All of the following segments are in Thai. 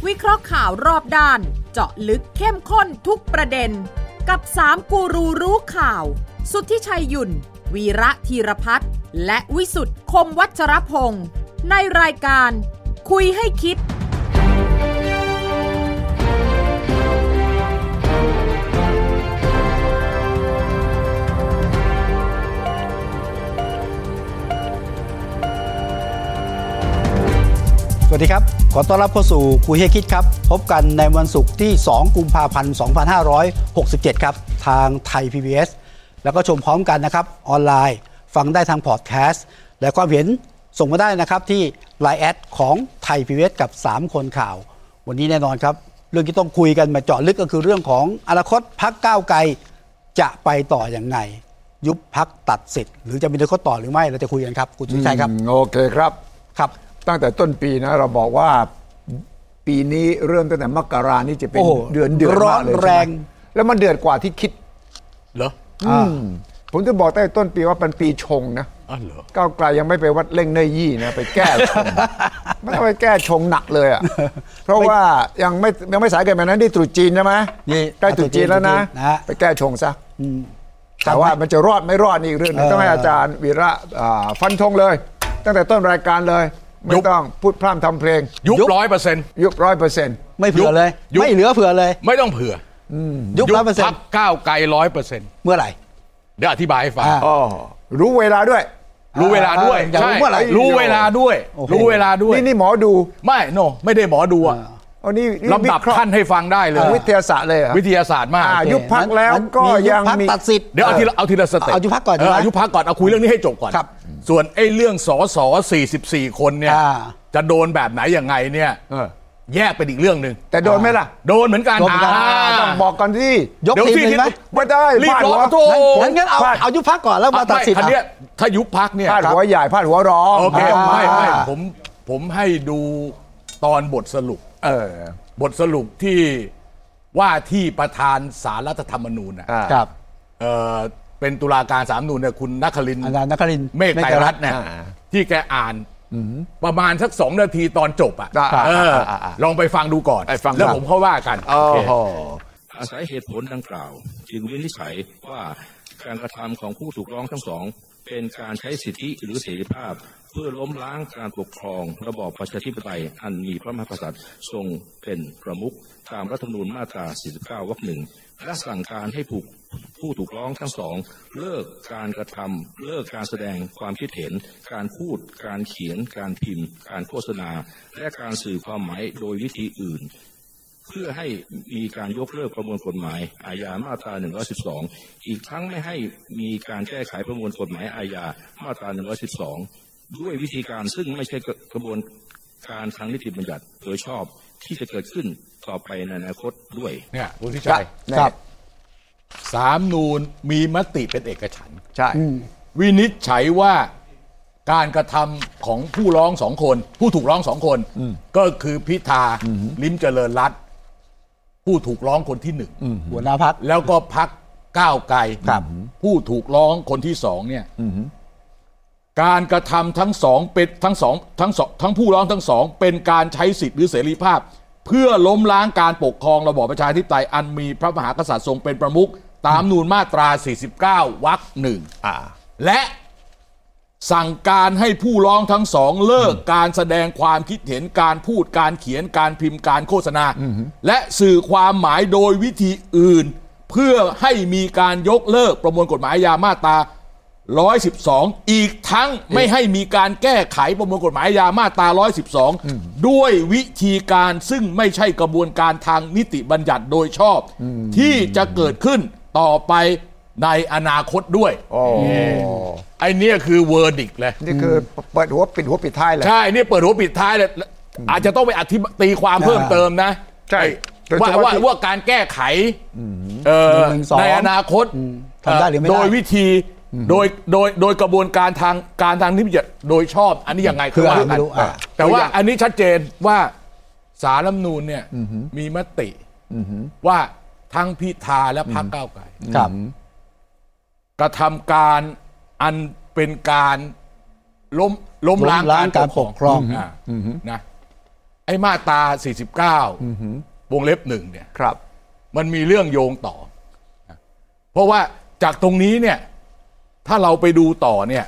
วิเคราะห์ข่าวรอบด้านเจาะลึกเข้มข้นทุกประเด็นกับ3กูรูรู้ข่าวสุทธิชัยหยุ่นวีระธีรพัฒน์และวิสุทธิ์คมวัชรพงศ์ในรายการคุยให้คิดสวัสดีครับขอต้อนรับเข้าสู่คุยให้คิดครับพบกันในวันศุกร์ที่2กุมภาพันธ์2567ครับทางไทย PBS แล้วก็ชมพร้อมกันนะครับออนไลน์ฟังได้ทางพอดแคสต์และความเห็นส่งมาได้นะครับที่ LINE แอดของไทย PBS กับ3คนข่าววันนี้แน่นอนครับเรื่องที่ต้องคุยกันมาเจาะลึกก็คือเรื่องของอนาคตพรรคก้าวไกลจะไปต่ออย่างไรยุบพรรคตัดสิทธิ์หรือจะมีอนาคตต่อหรือไม่เราจะคุยกันครับคุณสุทธิชัยครับโอเคครับครับตั้งแต่ต้นปีนะเราบอกว่าปีนี้เริ่มตั้งแต่มกรานี่จะเป็นเดือนร้อนแรงแล้วมันเดือดกว่าที่คิดเหรอผมจะบอกตั้งแต่ต้นปีว่าเป็นปีชงนะก้าวไกลยังไม่ไปวัดเล่งเนยยี่นะไปแก้ชงไม่ต้องไปแก้ชงหนักเลยอ่ะเพราะว่ายังไม่สายเกินไปนั้นที่ตรุษจีนใช่ไหมใกล้ตรุษจีนแล้วนะไปแก้ชงซะแต่ว่ามันจะรอดไม่รอดนี่อีกเรื่องนึงต้องให้อาจารย์วีระฟันธงเลยตั้งแต่ต้นรายการเลยไม่ต้องพูดพร่ำทำเพลงยุบ 100% ยุบ 100% ไม่เผื่อเลยไม่เหลือเผื่อเลยไม่ต้องเผื่อยุบ 100% พรรคก้าวไกล 100% เมื่อไหร่เดี๋ยวอธิบายให้ฟังรู้เวลาด้วยรู้เวลาด้วยใช่รู้เวลาด้วยรู้เวลาด้วยนี่หมอดูไม่ได้หมอดูอ่ะนี่ลำดับขั้นให้ฟังได้เลยวิทยาศาสตร์เลยวิทยาศาสตร์มากยุบพรรคแล้วก็ยังมีตัดสิทธิ์เดี๋ยวเอาทีละสเต็ปเอายุบพรรคก่อนยุบพรรคก่อนเอาคุยเรื่องนี้ให้จบก่อนส่วนไอ้เรื่องสส44คนเนี่ยจะโดนแบบไหนยังไงเนี่ยแยกเป็นอีกเรื่องนึงแต่โดนไหมล่ะโดนเหมือนกันต้องบอกกันที่ยกทีมเลยไหมไม่ได้รีบร้อนโทษงั้นเอายุบพรรคก่อนแล้วมาตัดสิทธิ์ถ้ายุบพรรคเนี่ยพาดหัวใหญ่พาดหัวรองโอเคไม่ผมให้ดูตอนบทสรุปบทสรุปที่ว่าที่ประธานศาลรัฐธรรมนูญนะครับเป็นตุลาการศาลรัฐธรรมนูญเนี่ยคุณนครินทร์เมฆไตรรัตน์เนี่ยที่แกอ่านประมาณสัก2 นาทีตอนจบลองไปฟังดูก่อนแล้วผมเข้าว่ากันอาศัยเหตุผลดังกล่าวจึงวินิจฉัยว่าการกระทำของผู้ถูกร้องทั้งสองเป็นการใช้สิทธิหรือเสรีภาพเพื่อล้มล้างการปกครองระบอบประชาธิปไตยอันมีพระมหากษัตริย์ทรงเป็นประมุขตามรัฐธรรมนูญมาตรา 49 วรรค 1 และสั่งการให้ผู้ถูกร้องทั้งสองเลิกการกระทำเลิกการแสดงความคิดเห็นการพูดการเขียนการพิมพ์การโฆษณาและการสื่อความหมายโดยวิธีอื่นเพื่อให้มีการยกเลิกประมวลกฎหมายอาญามาตรา 112 อีกทั้งไม่ให้มีการแก้ไขประมวลกฎหมายอาญามาตรา 112 ด้วยวิธีการซึ่งไม่ใช่กระบวนการทางนิติบัญญัติโดยชอบที่จะเกิดขึ้นต่อไปในอนาคตด้วยเนี่ยคุณทิชัยครับศาลนูญมีมติเป็นเอกฉันท์ใช่วินิจฉัยว่าการกระทำของผู้ร้อง2 คนผู้ถูกร้อง2 คนก็คือพิธาลิ้มเจริญรัตน์ผู้ถูกร้องคนที่1 หัวหน้าพรรคแล้วก็พรรคก้าวไกลผู้ถูกร้องคนที่2เนี่ยการกระทำทั้งสองเป็นทั้งผู้ร้องทั้งสองเป็นการใช้สิทธิหรือเสรีภาพเพื่อล้มล้างการปกครองระบอบประชาธิปไตยอันมีพระมหากษัตริย์ทรงเป็นประมุขตามรัฐธรรมนูญมาตรา 49 วรรค 1และสั่งการให้ผู้ร้องทั้งสองเลิกการแสดงความคิดเห็นการพูดการเขียนการพิมพ์การโฆษณาและสื่อความหมายโดยวิธีอื่นเพื่อให้มีการยกเลิกประมวลกฎหมายอาญามาตรา 112 อีกทั้งไม่ให้มีการแก้ไขประมวลกฎหมายอาญามาตรา 112 ด้วยวิธีการซึ่งไม่ใช่กระบวนการทางนิติบัญญัติโดยชอบที่จะเกิดขึ้นต่อไปในอนาคตด้วยไอ้นี่คือเวอร์ดิกเลยนี่คือเปิดหัวปิดหัวปิดท้ายเลยใช่นี่เปิดหัวปิดท้ายเลยอาจจะต้องไปตีความเพิ่มเติมนะใช่ว่าการแก้ไขในอนาคตโดยวิธีโดยกระบวนการทางนิติบัญญัติโดยชอบอันนี้ยังไงคือว่ากันแต่ว่าอันนี้ชัดเจนว่าศาลรัฐธรรมนูญเนี่ยมีมติว่าทั้งพิธาและพรรคก้าวไกลกระทำการอันเป็นการล้มล้างการปกครองนะไอ้มาตรา49วงเล็บ1เนี่ยครับมันมีเรื่องโยงต่อเพราะว่าจากตรงนี้เนี่ยถ้าเราไปดูต่อเนี่ย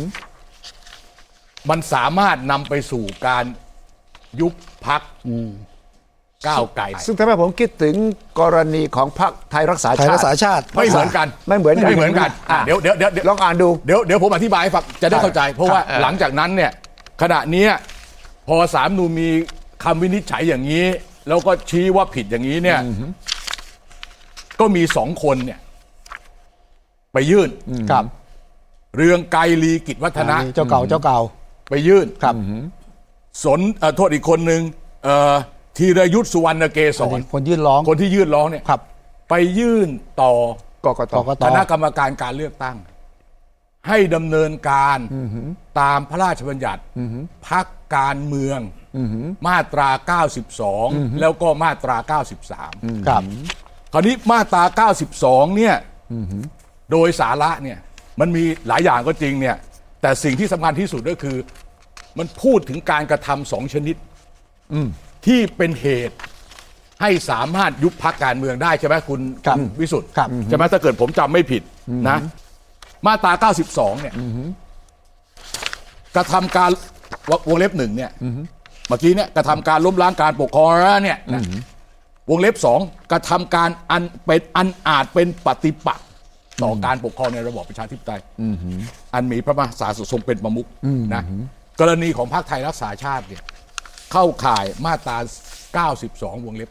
มันสามารถนำไปสู่การยุบพรรคก้าวไกลซึ่งทำให้ผมคิดถึงกรณีของพรรคไทยรักษาชาติไม่เหมือนกันเดี๋ยวลองอ่านดูเดี๋ยวผมอธิบายให้ฟังจะได้เข้าใจเพราะว่าหลังจากนั้นเนี่ยขณะนี้พอศาลรัฐธรรมนูญมีคำวินิจฉัยอย่างนี้แล้วก็ชี้ว่าผิดอย่างนี้เนี่ยก็มี2คนเนี่ยไปยื่นครับเรืองไกรลีกิจวัฒนะเจ้าเก่าไปยื่นครับโทษอีกคนนึงธีรยุทธสุวรรณเกษรคนยื่นร้องเนี่ยครับไปยื่นต่อกกต. คณะกรรมการการเลือกตั้งให้ดำเนินการตามพระราชบัญญัติพรรคการเมืองมาตรา92แล้วก็มาตรา93 ครับคราวนี้มาตรา92เนี่ยโดยสาระเนี่ยมันมีหลายอย่างก็จริงเนี่ยแต่สิ่งที่สำคัญที่สุดก็คือมันพูดถึงการกระทำ2ชนิดที่เป็นเหตุให้สามารถยุบพรรคการเมืองได้ใช่ไหมคุณวิสุทธิ์ใช่ไหมถ้าเกิดผมจำไม่ผิดนะมาตรา92เนี่ยกระทำการวงเล็บ1เนี่ยเมื่อกี้เนี่ยกระทำการล้มล้างการปกครองเนี่ยวงเล็บ2กระทำการอันอาจเป็นปฏิปักษ์ต่อการปกครองในระบอบประชาธิปไตยอันมีพระมหากษัตริย์ทรงเป็นประมุขนะกรณีของพรรคไทยรักษาชาติเนี่ยเข้าข่ายมาตรา92วงเล็บ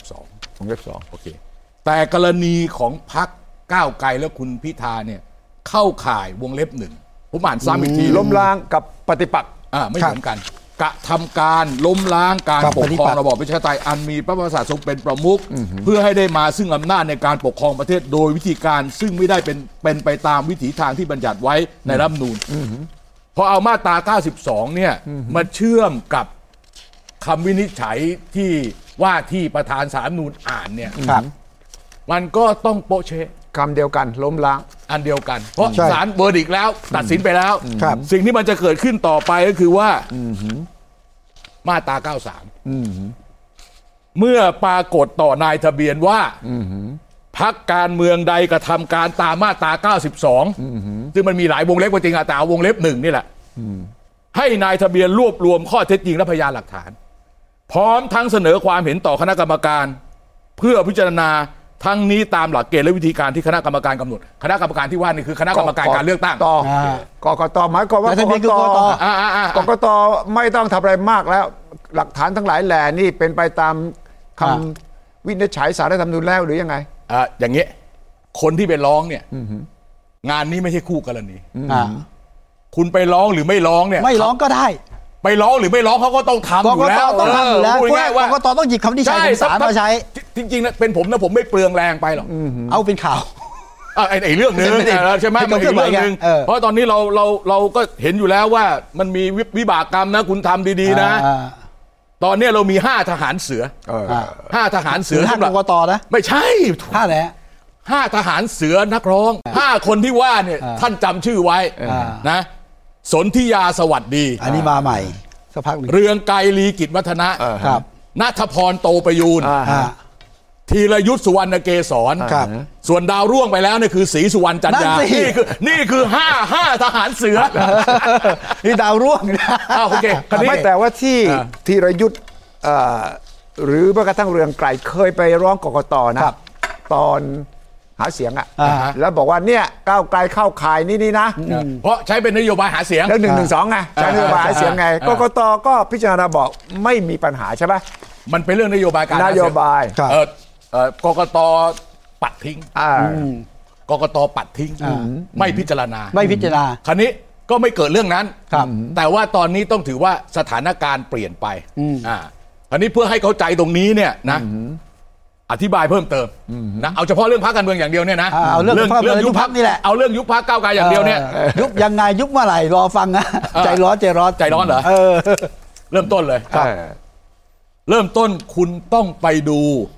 2โอเคแต่กรณีของพรรคก้าวไกลและคุณพิธาเนี่ยเข้าข่ายวงเล็บ1ผมอ่านซ้ำอีกทีล้มล้างกับปฏิปักษ์ไม่เหมือนกันกระทำการล้มล้างการปกครองระบอบประชาธิปไตยอันมีพระมหากษัตริย์ทรงเป็นประมุขเพื่อให้ได้มาซึ่งอำนาจในการปกครองประเทศโดยวิธีการซึ่งไม่ได้เป็นไปตามวิถีทางที่บัญญัติไว้ในรัฐธรรมนูญพอเอามาตรา92เนี่ยมาเชื่อมกับคำวินิจฉัยที่ว่าที่ประธานศาลรัฐธรรมนูญอ่านเนี่ยมันก็ต้องโปะเชะคำเดียวกันล้มล้างอันเดียวกันเพราะศาลเวอร์ดิกแล้วตัดสินไปแล้วสิ่งที่มันจะเกิดขึ้นต่อไปก็คือว่ามาตรา93เมื่อปรากฏต่อนายทะเบียนว่าพรรคการเมืองใดกระทำการตามมาตรา92ซึ่งมันมีหลายวงเล็บจริงแต่เอาวงเล็บ1นี่แหละให้นายทะเบียนรวบรวมข้อเท็จจริงและพยานหลักฐานพร้อมทั้งเสนอความเห็นต่อคณะกรรมการเพื่อพิจารณาทั้งนี้ตามหลักเกณฑ์และวิธีการที่คณะกรรมการกำหนดคณะกรรมการที่ว่านี่คือคณะกรรมการการเลือกตั้งกกตหมายความว่ากกตไม่ต้องทำอะไรมากแล้วหลักฐานทั้งหลายแหล่นี่เป็นไปตามคำวินิจฉัยศาลรัฐธรรมนูญแล้วหรือยังไงอย่างเงี้ยคนที่ไปร้องเนี่ยงานนี้ไม่ใช่คู่กรณีคุณไปร้องหรือไม่ร้องเนี่ยไม่ร้องก็ได้ไปร้องหรือไม่ร้องเขาก็ต้องทำอยู่แล้วต้องทำอยู่แล้วกกตต้องหยิบคำวินิจฉัยของศาลมาใช้จริงๆนะเป็นผมนะผมไม่เปลืองแรงไปหรอกเอาเป็นข่าวไอ้เรื่องนึงใช่ไหมมันอีกเรื่องนึงเพราะตอนนี้เราก็เห็นอยู่แล้วว่ามันมีวิบากกรรมนะคุณทำดีๆนะตอนนี้เรามี5ทหารเสือ5ทหารเสือสำหรับกกตนะไม่ใช่ 5แล้ว 5ทหารเสือนักร้อง5คนที่ว่าเนี่ยท่านจำชื่อไว้นะสนธิยาสวัสดีอันนี้มาใหม่สักพักนึงเรืองไกรลีกิจวัฒนะครับณัฐพรโตประยูนธีรยุทธสุวรรณเกษรส่วนดาวร่วงไปแล้วนี่คือศรีสุวรรณจันยานี่คือ5ทหารเสือนี่ดาวร่วงโอเคไม่แต่ว่าที่ธีรยุทธหรือแม้กระทั่งเรืองไกรเคยไปร้องกกตนะตอนหาเสียงแล้วบอกว่าเนี่ยก้าวไกลเข้าข่ายนี่นะเพราะใช้เป็นนโยบายหาเสียงแล้ว112ไงใช้นโยบายหาเสียงไงกกตก็พิจารณาบอกไม่มีปัญหาใช่ไหมมันเป็นเรื่องนโยบายการนโยบายกกตปัดทิ้งกกตปัดทิ้งไม่พิจารณาคราวนี้ก็ไม่เกิดเรื่องนั้นแต่ว่าตอนนี้ต้องถือว่าสถานการณ์เปลี่ยนไปคราวนี้เพื่อให้เข้าใจตรงนี้เนี่ยนะอธิบายเพิ่มเติมนะเอาเฉพาะเรื่องพรรคการเมืองอย่างเดียวเนี่ยนะเอาเรื่องยุบพรรคนี่แหละเอาเรื่องยุบพรรคก้าวไกลอย่างเดียวเนี่ยยุบยังไงยุบเมื่อไหร่รอฟังนะใจร้อนเหรอเริ่มต้นเลยเริ่มต้นคุณต้องไปดู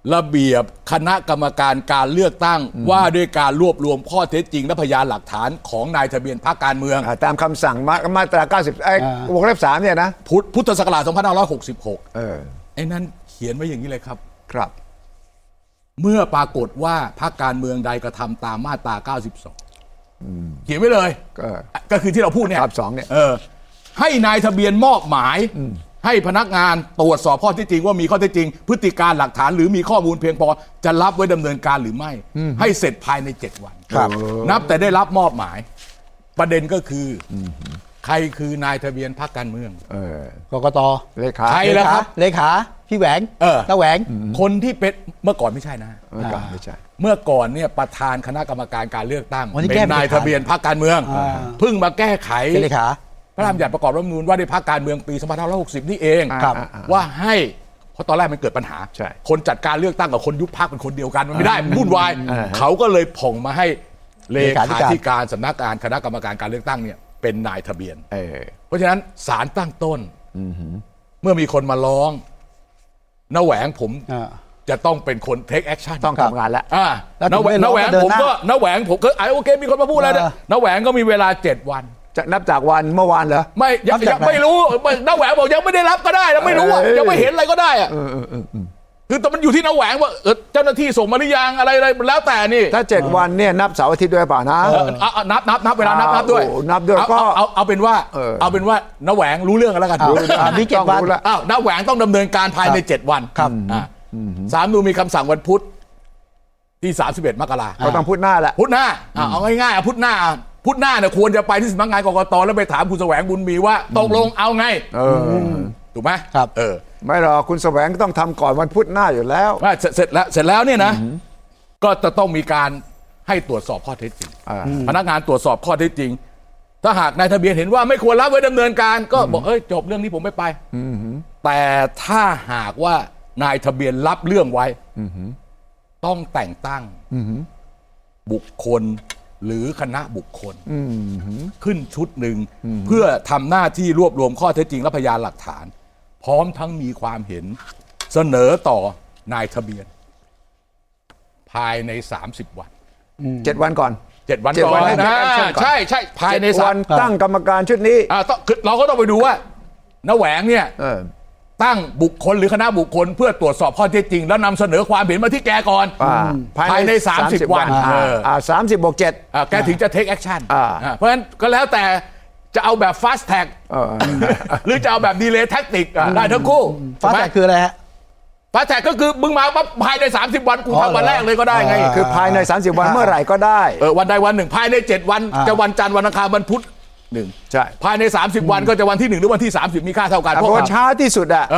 ระเบียบคณะกรรมการการเลือกตั้งว่าด้วยการรวบรวมข้อเท็จจริงและพยานหลักฐานของนายทะเบียนพรรคการเมืองตามคำสั่งมาตรา90วงเล็บ 3เนี่ยนะพุทธศักราช2566ไอ้นั้นเขียนไว้อย่างนี้เลยครับครับเมื่อปรากฏว่าพรรคการเมืองใดกระทำตามมาตรา92เขียนไว้เลยก็คือที่เราพูดเนี่ย 92เนี่ยให้นายทะเบียนมอบหมายให้พนักงานตรวจสอบข้อเท็จจริงว่ามีข้อเท็จจริงพฤติการหลักฐานหรือมีข้อมูลเพียงพอจะรับไว้ดำเนินการหรือไม่ให้เสร็จภายใน7 วันนับแต่ได้รับมอบหมายประเด็นก็คือใครคือนายทะเบียนพรรคการเมืองกกต. เลขาใครล่ะครับเลขาพี่แหวงน้าแหวงคนที่เป็นเมื่อก่อนไม่ใช่นะเมื่อก่อนไม่ใช่เมื่อก่อนเนี่ยประธานคณะกรรมการการเลือกตั้งเป็นนายทะเบียนพรรคการเมืองเพิ่งมาแก้ไขเลขาพระราชบัญญัติประกอบรัฐธรรมนูญว่าด้วยพรรคการเมืองปี2560นี่เองว่าให้เพราะตอนแรกมันเกิดปัญหาคนจัดการเลือกตั้งกับคนยุบพรรคเป็นคนเดียวกันมันไม่ได้วุ่นวายเขาก็เลยผ่องมาให้เลขาธิการสำนักงานคณะกรรมการการเลือกตั้งเนี่ยเป็นนายทะเบียนเพราะฉะนั้นศาลตั้งต้นเมื่อมีคนมาร้องน้าแหวงผมจะต้องเป็นคน take action ต้องทำงานแล้วน้าแหวงผมก็น้าแหวงผมก็โอเคมีคนมาพูดแล้วน้าแหวงก็มีเวลา7 วันจะนับจากวันเมื่อวานเหรอไม่ยังไม่รู้น้าแหวงบอกยังไม่ได้รับก็ได้แล้วไม่รู้ยังไม่เห็นอะไรก็ได้อะคือแต่มันอยู่ที่น้าแหวงว่าเจ้าหน้าที่ส่งมาหรือยังอะไรแล้วแต่นี่ถ้า7 วันเนี่ยนับเสาร์อาทิตย์ด้วยเปล่านะนับเวลานับด้วยก็เอาเป็นว่าน้าแหวงรู้เรื่องกันแล้วกันมี7 วันน้าแหวงต้องดำเนินการภายใน7 วันครับศาลมีคำสั่งวันพุธที่31 มกราคมก็ต้องพุธหน้าแหละพุธหน้าเอาง่ายๆพุธหน้าเนี่ยควรจะไปที่สำนักงานกกต.แล้วไปถามคุณแสวงบุญมีว่าตกลงเอาไงถูกไหมครับไม่หรอกคุณแสวงต้องทำก่อนวันพุธหน้าอยู่แล้วเสร็จแล้วเนี่ยนะก็จะต้องมีการให้ตรวจสอบข้อเท็จจริงพนักงานตรวจสอบข้อเท็จจริงถ้าหากนายทะเบียนเห็นว่าไม่ควรรับไว้ดำเนินการก็บอกจบเรื่องนี้ผมไม่ไปแต่ถ้าหากว่านายทะเบียนรับเรื่องไว้ต้องแต่งตั้งบุคคลหรือคณะบุคคลขึ้นชุดหนึ่งเพื่อทำหน้าที่รวบรวมข้อเท็จจริงและพยานหลักฐานพร้อมทั้งมีความเห็นเสนอต่อนายทะเบียนภายใน30 วัน 7 วันก่อน 7 วันก่อนนะใช่ภายในวันตั้งกรรมการชุดนี้เราก็ต้องไปดูว่าน้าแหวงเนี่ยตั้งบุคคลหรือคณะบุคคลเพื่อตรวจสอบข้อเท็จจริงแล้วนำเสนอความเห็นมาที่แกก่อนภายใน30 วัน 30 บวก 7 แกถึงจะ take action เพราะฉะนั้นก็แล้วแต่จะเอาแบบ fast tag หรือจะเอาแบบ delay tactic ได้ทั้งคู่ fast tag คืออะไรฮะ fast tag ก็คือมึงมาปั๊บภายใน30 วันกูทำวันแรกเลยก็ได้ไงคือภายใน30 วันเมื่อไหร่ก็ได้วันใดวันหนึ่งภายใน7 วันจะวันจันทร์วันอังคารวันพุธ1ใช่ภายใน30 วันก็จะวันที่1หรือวันที่30มีค่าเท่ากันเพราะว่าช้าที่สุดอ่ะ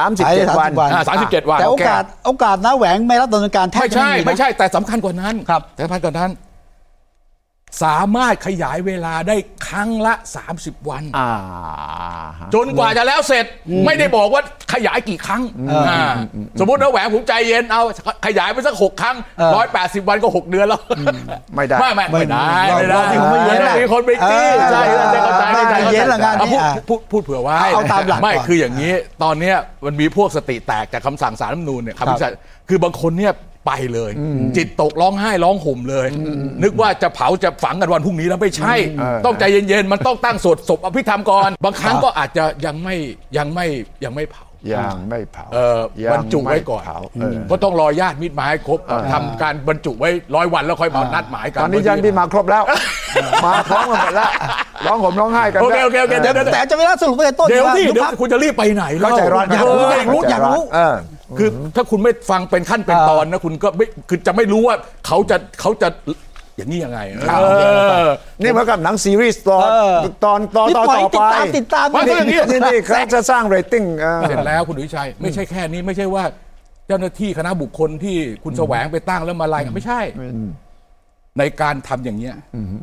37 วัน 37 วันแต่โอกาสน้าแหวงไม่รับดำเนินการแทบไม่ใช่แต่สำคัญกว่านั้นแต่สำคัญกว่านั้นสามารถขยายเวลาได้ครั้งละ30 วันจนกว่าจะแล้วเสร็จไม่ได้บอกว่าขยายกี่ครั้งสมมติน้าแหวงผมใจเย็นเอาขยายไปสัก6 ครั้ง180 วันก็6 เดือนแล้วไม่ได้ไม่ได้มีคนไปจี้ใช่ใจเย็นละงานนี้พูดเผื่อไว้เอาตามหลักไม่คืออย่างนี้ตอนนี้มันมีพวกสติแตกจากคำสั่งศาลรัฐธรรมนูญเนี่ยคำสั่งคือบางคนเนี่ยไปเลยจิตตกร้องไห้ร้องห่มเลยนึกว่าจะเผาจะฝังกันวันพรุ่งนี้แล้วไม่ใช่ต้องใจเย็นๆมันต้องตั้งสวดศพอภิธรรมก่อนบางครั้งก็อาจจะยังไม่เผายังไม่เผาบรรจุไว้ก่อนก็ต้องรอญาติมิตรมาให้ครบทำการบรรจุไว้100 วันแล้วค่อยมานัดหมายกันตอนนี้ญาติมาครบแล้วมาพร้อมกันหมดแล้วร้องห่มร้องไห้กันโอเคแต่จะไม่ได้สรุปไปต้นเดี๋ยวคุณจะรีบไปไหนแล้วใจร้อนอยากรู้คือถ้าคุณไม่ฟังเป็นขั้นเป็นตอนนะคุณก็ไม่คือจะไม่รู้ว่าเขาจะอย่างนี้ยังไงนี่เหมือนกับหนังซีรีส์ตอนต่อไปติดตามนี่เขาจะสร้างเรตติ้งเสร็จแล้วคุณดุชัยไม่ใช่แค่นี้ไม่ใช่ว่าเจ้าหน้าที่คณะบุคคลที่คุณแสวงไปตั้งแล้วมาไล่ไม่ใช่ในการทำอย่างเนี้ย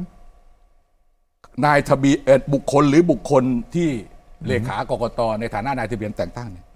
นายทะเบียนบุคคลหรือบุคคลที่เลขากกต.ในฐานะนายทะเบียนแต่งตั้งเนี่ย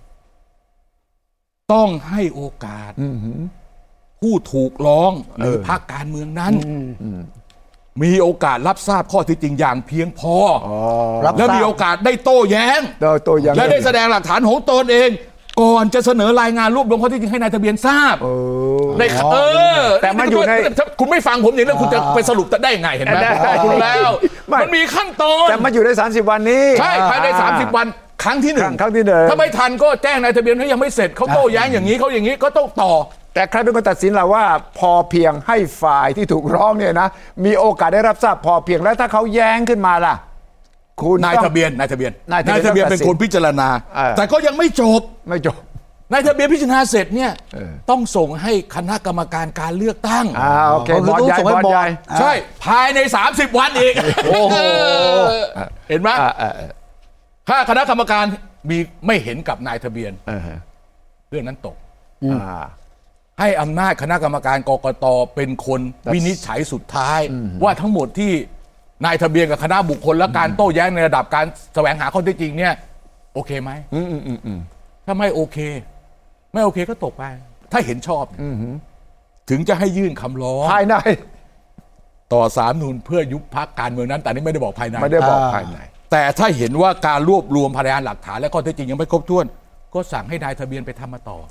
ต้องให้โอกาสผู้ถูกร้องหรือพรรคการเมืองนั้นมีโอกาสรับทราบข้อเท็จจริงอย่างเพียงพอและมีโอกาสได้โต้แย้งและได้แสดงหลักฐานของตนเองก่อนจะเสนอรายงานรวบรวมข้อเท็จจริงให้นายทะเบียนทราบแต่มันอยู่ในคุณไม่ฟังผมอย่างนั้นคุณจะไปสรุปได้ไงเห็นไหมคุณแล้วมันมีขั้นตอนแต่มันอยู่ใน30 วันนี้ใช่ภายใน30 วันครั้งที่1ถ้าไม่ทันก็แจ้งนายทะเบียนให้ยังไม่เสร็จเขาโต้แย้งอย่างนี้เขาอย่างนี้ก็ต้องต่อแต่ใครเป็นคนตัดสินล่ะว่าพอเพียงให้ฝ่ายที่ถูกร้องเนี่ยนะมีโอกาสได้รับทราบพอเพียงแล้วถ้าเขาแย้งขึ้นมาล่ะคุณนายทะเบียนเป็นคนพิจารณาแต่ก็ยังไม่จบนายทะเบียนพิจารณาเสร็จเนี่ยต้องส่งให้คณะกรรมการการเลือกตั้งโอเคบอร์ดใหญ่ใช่ภายใน30 วันอีกเห็นไหมถ้าคณะกรรมการไม่เห็นกับนายทะเบียนเรื่องนั้นตกให้อำนาจคณะกรรมการกกต.เป็นคนวินิจฉัยสุดท้ายว่าทั้งหมดที่นายทะเบียนกับคณะบุคคลและการโต้แย้งในระดับการแสวงหาข้อเท็จจริงเนี่ยโอเคไหมถ้าไม่โอเคก็ตกไปถ้าเห็นชอบถึงจะให้ยื่นคำร้องภายในต่อศาลนูนเพื่อยุบพรรคการเมืองนั้นแต่นี่ไม่ได้บอกภายในไม่ได้บอกภายในแต่ถ้าเห็นว่าการรวบรวมพยานหลักฐานและข้อเท็จจริงยังไม่ครบถ้วนก็สั่งให้นายทะเบียนไปทำมาต่อ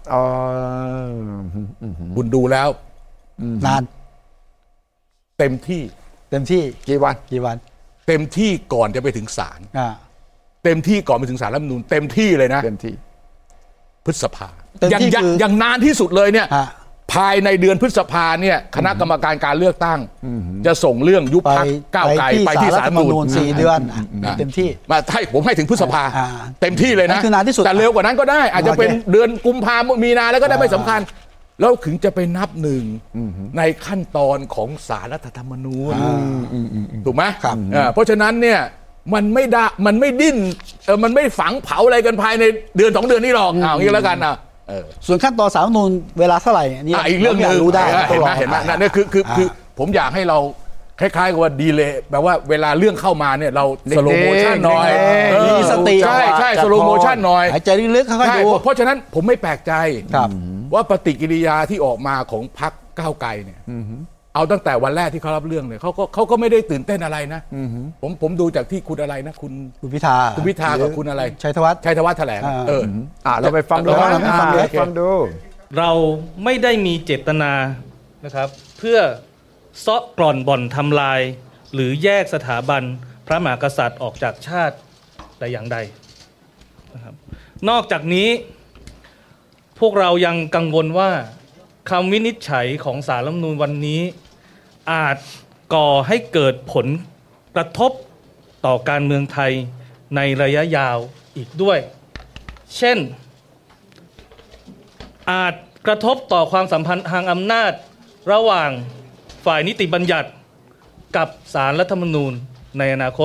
คุณดูแล้วนานเต็มที่กี่วันเต็มที่ก่อนจะไปถึงศาลเต็มที่ก่อนไปถึงศาลรัฐธรรมนูญเต็มที่เลยนะเต็มที่พฤษภาอย่างนานที่สุดเลยเนี่ยภายในเดือนพฤษภาเนี่ยคณะกรรมการการเลือกตั้งจะส่งเรื่องยุบพรรคก้าวไกลไปที่ศาลรัฐธรรมนูญ 4 เดือนเต็มที่มาผมให้ถึงพฤษภาเต็มที่เลยนะแต่เร็วกว่านั้นก็ได้อาจจะเป็นเดือนกุมภาพันธ์มีนาแล้วก็ได้ไม่สำคัญแล้วถึงจะไปนับหนึ่งในขั้นตอนของศาลรัฐธรรมนูญถูกไหมเพราะฉะนั้นเนี่ยมันไม่ดิ้นมันไม่ฝังเผาอะไรกันภายในเดือน2 เดือนนี้หรอกอย่างนี้แล้วกันนะส่วนขั้นตอนศาลรัฐธรรมนูญเวลาเท่าไหร่นี่อีกเรื่องนึงรู้ได้เห็นไหมนั่นคือผมอยากให้เราคล้ายๆกับว่าดีเลย์แปลว่าเวลาเรื่องเข้ามาเนี่ยเราสโลโมชั่นหน่อยมีสติใช่สโลโมชั่นหน่อยหายใจลึกๆค่อยๆดูเพราะฉะนั้นผมไม่แปลกใจว่าปฏิกิริยาที่ออกมาของพรรคก้าวไกลเนี่ยเอาตั้งแต่วันแรกที่เขารับเรื่องเลยเขาก็ไม่ได้ตื่นเต้นอะไรนะผมดูจากที่คุณอะไรนะคุณพิธากับคุณอะไรชัยธวัฒน์แถลงเราไปฟังดูเราไม่ได้มีเจตนานะครับเพื่อเซาะกร่อนบ่อนทำลายหรือแยกสถาบันพระมหากษัตริย์ออกจากชาติแต่อย่างใดนะครับนอกจากนี้พวกเรายังกังวลว่าคำวินิจฉัยของศาลรัฐธรรมนูญวันนี้อาจก่อให้เกิดผลกระทบต่อการเมืองไทยในระยะยาวอีกด้วยเช่นอาจกระทบต่อความสัมพันธ์ทางอำนาจระหว่างฝ่ายนิติบัญญัติกับศาลรัฐธรรมนูญในอนาคต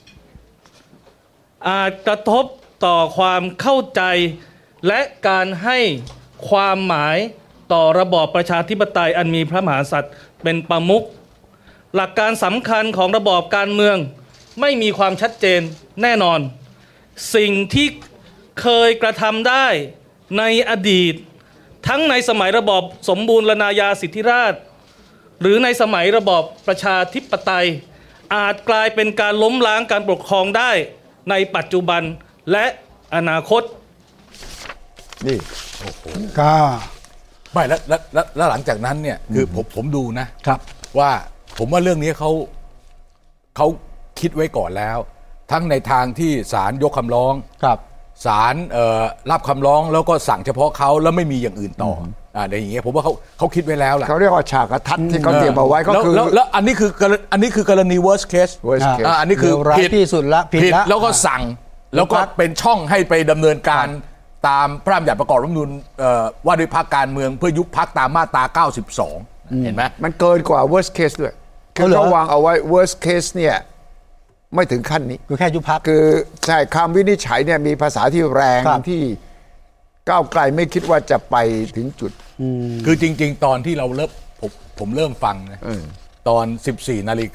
อาจกระทบต่อความเข้าใจและการให้ความหมายต่อระบอบประชาธิปไตยอันมีพระมหากษัตริย์เป็นประมุขหลักการสำคัญของระบอบการเมืองไม่มีความชัดเจนแน่นอนสิ่งที่เคยกระทำได้ในอดีตทั้งในสมัยระบอบสมบูรณาญาสิทธิราชย์หรือในสมัยระบอบประชาธิปไตยอาจกลายเป็นการล้มล้างการปกครองได้ในปัจจุบันและอนาคตนี่ก็ไม่แล้วหลังจากนั้นเนี่ยคือผมดูนะครับว่าผมว่าเรื่องนี้เขาคิดไว้ก่อนแล้วทั้งในทางที่ศาลยกคำร้องศาลรับคำร้องแล้วก็สั่งเฉพาะเขาแล้วไม่มีอย่างอื่นต่ออะไรอย่างเงี้ยผมว่าเขาคิดไว้แล้วแหละเขาเรียกว่าฉากทัศน์ที่เขาเตรียมเอาไว้ก็คือแล้วอันนี้คือกรณี worst case อันนี้คือผิดที่สุดละผิดแล้วก็สั่งแล้วก็เป็นช่องให้ไปดำเนินการตามพระราชบัญญัติประกอบรัฐธรรมนูญว่าด้วยพรรคการเมืองเพื่อยุบพรรคตามมาตรา92เห็นไหมมันเกินกว่า worst case ด้วยคือเขาวางเอาไว้ worst case เนี่ยไม่ถึงขั้นนี้คือแค่ยุบพรรคคือใช่คำวินิจฉัยเนี่ยมีภาษาที่แรงที่ก้าวไกลไม่คิดว่าจะไปถึงจุดคือจริงๆตอนที่เราผมเริ่มฟังนะตอน 14:13 น.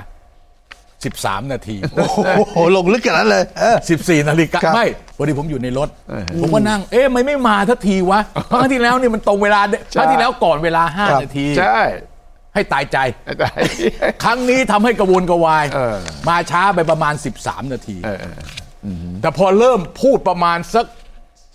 โอ้โหลงลึกขนาดนั้นเลย 14 นาฬิกาไม่พอดีผมอยู่ในรถผมก็นั่งไม่มาทันทีวะครั้งที่แล้วนี่มันตรงเวลาครั้งที่แล้วก่อนเวลา5 นาทีใช่ให้ตายใจครั้งนี้ทำให้กระวนกระวายมาช้าไปประมาณ13 นาทีแต่พอเริ่มพูดประมาณสัก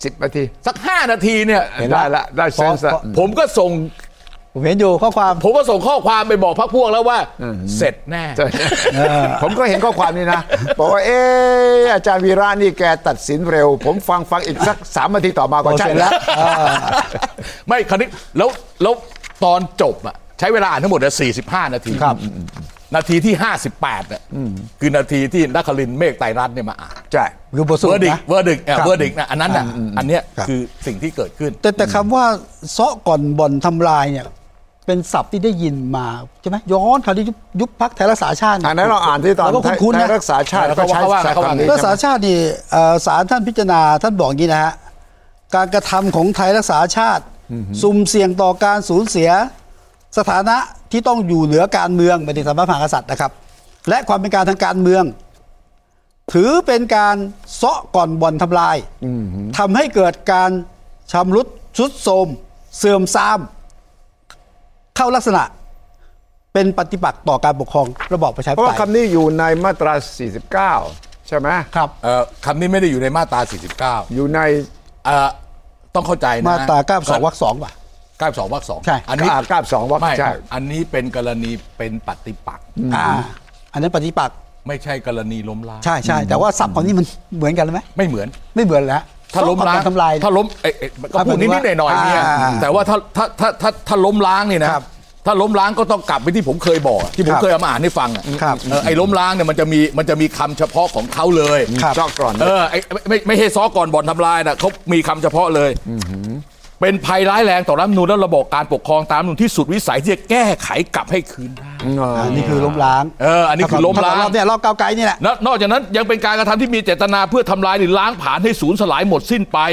10 นาทีสัก5 นาทีเนี่ยเห็นได้ละได้เซนส์ละผมก็ส่งผมเห็นอยู่ข้อความผมก็ส่งข้อความไปบอกพรรคพวกแล้วว่าเสร็จแน่ผมก็เห็นข้อความนี้นะ บอกว่าอาจารย์วีระนี่แกตัดสินเร็ว ผมฟังอีกสัก3 นาทีต่อมาก็ใช่แล้วไม่คราวนี้แล้วตอนจบอ่ะใช้เวลาอ่านทั้งหมด45 นาทีครับนาทีที่58เนี่ยคือนาทีที่นครินทร์เมฆไตรรัตน์เนี่ยมาอ่านใช่คือบทสรุปนะเวอร์ดิกนะอันนั้นน่ะอันเนี้ยคือสิ่งที่เกิดขึ้นแต่คำว่าเซาะก่อนบ่อนทำลายเนี่ยเป็นศัพท์ที่ได้ยินมาใช่ไหมย้อนคราวนี้ยุบพรรคไทยรักษาชาติอันนั้นเราอ่านที่ตอนเราก็คุ้นๆไทนะยรักษาชาติก็ใช้คำนี้รักษาชาตินี่ศาลท่านพิจารณาท่านบอกอย่างนี้นะฮะการกระทำของไทยรักษาชาติสุ่มเสี่ยงต่อการสูญเสียสถานะที่ต้องอยู่เหนือการเมืองไม่ได้สถาบันพระมหากษัตริย์นะครับและความเป็นการทางการเมืองถือเป็นการเซาะก่อนบ่อนทำลายทำให้เกิดการชำรุดทรุดโทรมเสื่อมทรามเข้าลักษณะเป็นปฏิปักษ์ต่อการปกครองระบอบประชาธิปไตยเพราะคำนี้อยู่ในมาตรา49ใช่ไหมครับคำนี้ไม่ได้อยู่ในมาตรา49 อยู่ในต้องเข้าใจนะมาตรา92 วรรค 2 ป่ะ 92 วรรค 2 ใช่อันนี้ 92 วรรคใช่อันนี้เป็นกรณีเป็นปฏิปักษ์อันนั้นปฏิปักษ์ไม่ใช่กรณีล้มล้างใช่แต่ว่าศัพท์ของนี้มันเหมือนกันไหมไม่เหมือนแล้วถ้าล้มล้างทำลายถ้าล้มก็พูดนิดๆหน่อยๆเนี่ยแต่ว่าถ้าล้มล้างนี่นะถ้าล้มล้างก็ต้องกลับไปที่ผมเคยบอกที่ผมเคยเอามาอ่านให้ฟังไอ้ล้มล้างเนี่ยมันจะมีคำเฉพาะของเขาเลยซ้อก่อนไม่ให้ซ้อก่อนบ่อนทำลายนะเขามีคำเฉพาะเลยเป็นภัยร้ายแรงต่อรัฐธรรมนูญและระบบการปกครองตามรัฐธรรมนูญที่สุดวิสัยที่จะแก้ไขกลับให้คืนได้นี่คือล้มล้างอันนี้คือล้มล้างรอบก้าวไกลนี่แหละนอกจากนั้นยังเป็นการกระทำที่มีเจตนาเพื่อทำลายหรือล้างผลาญให้สูญสลายหมดสิ้นไป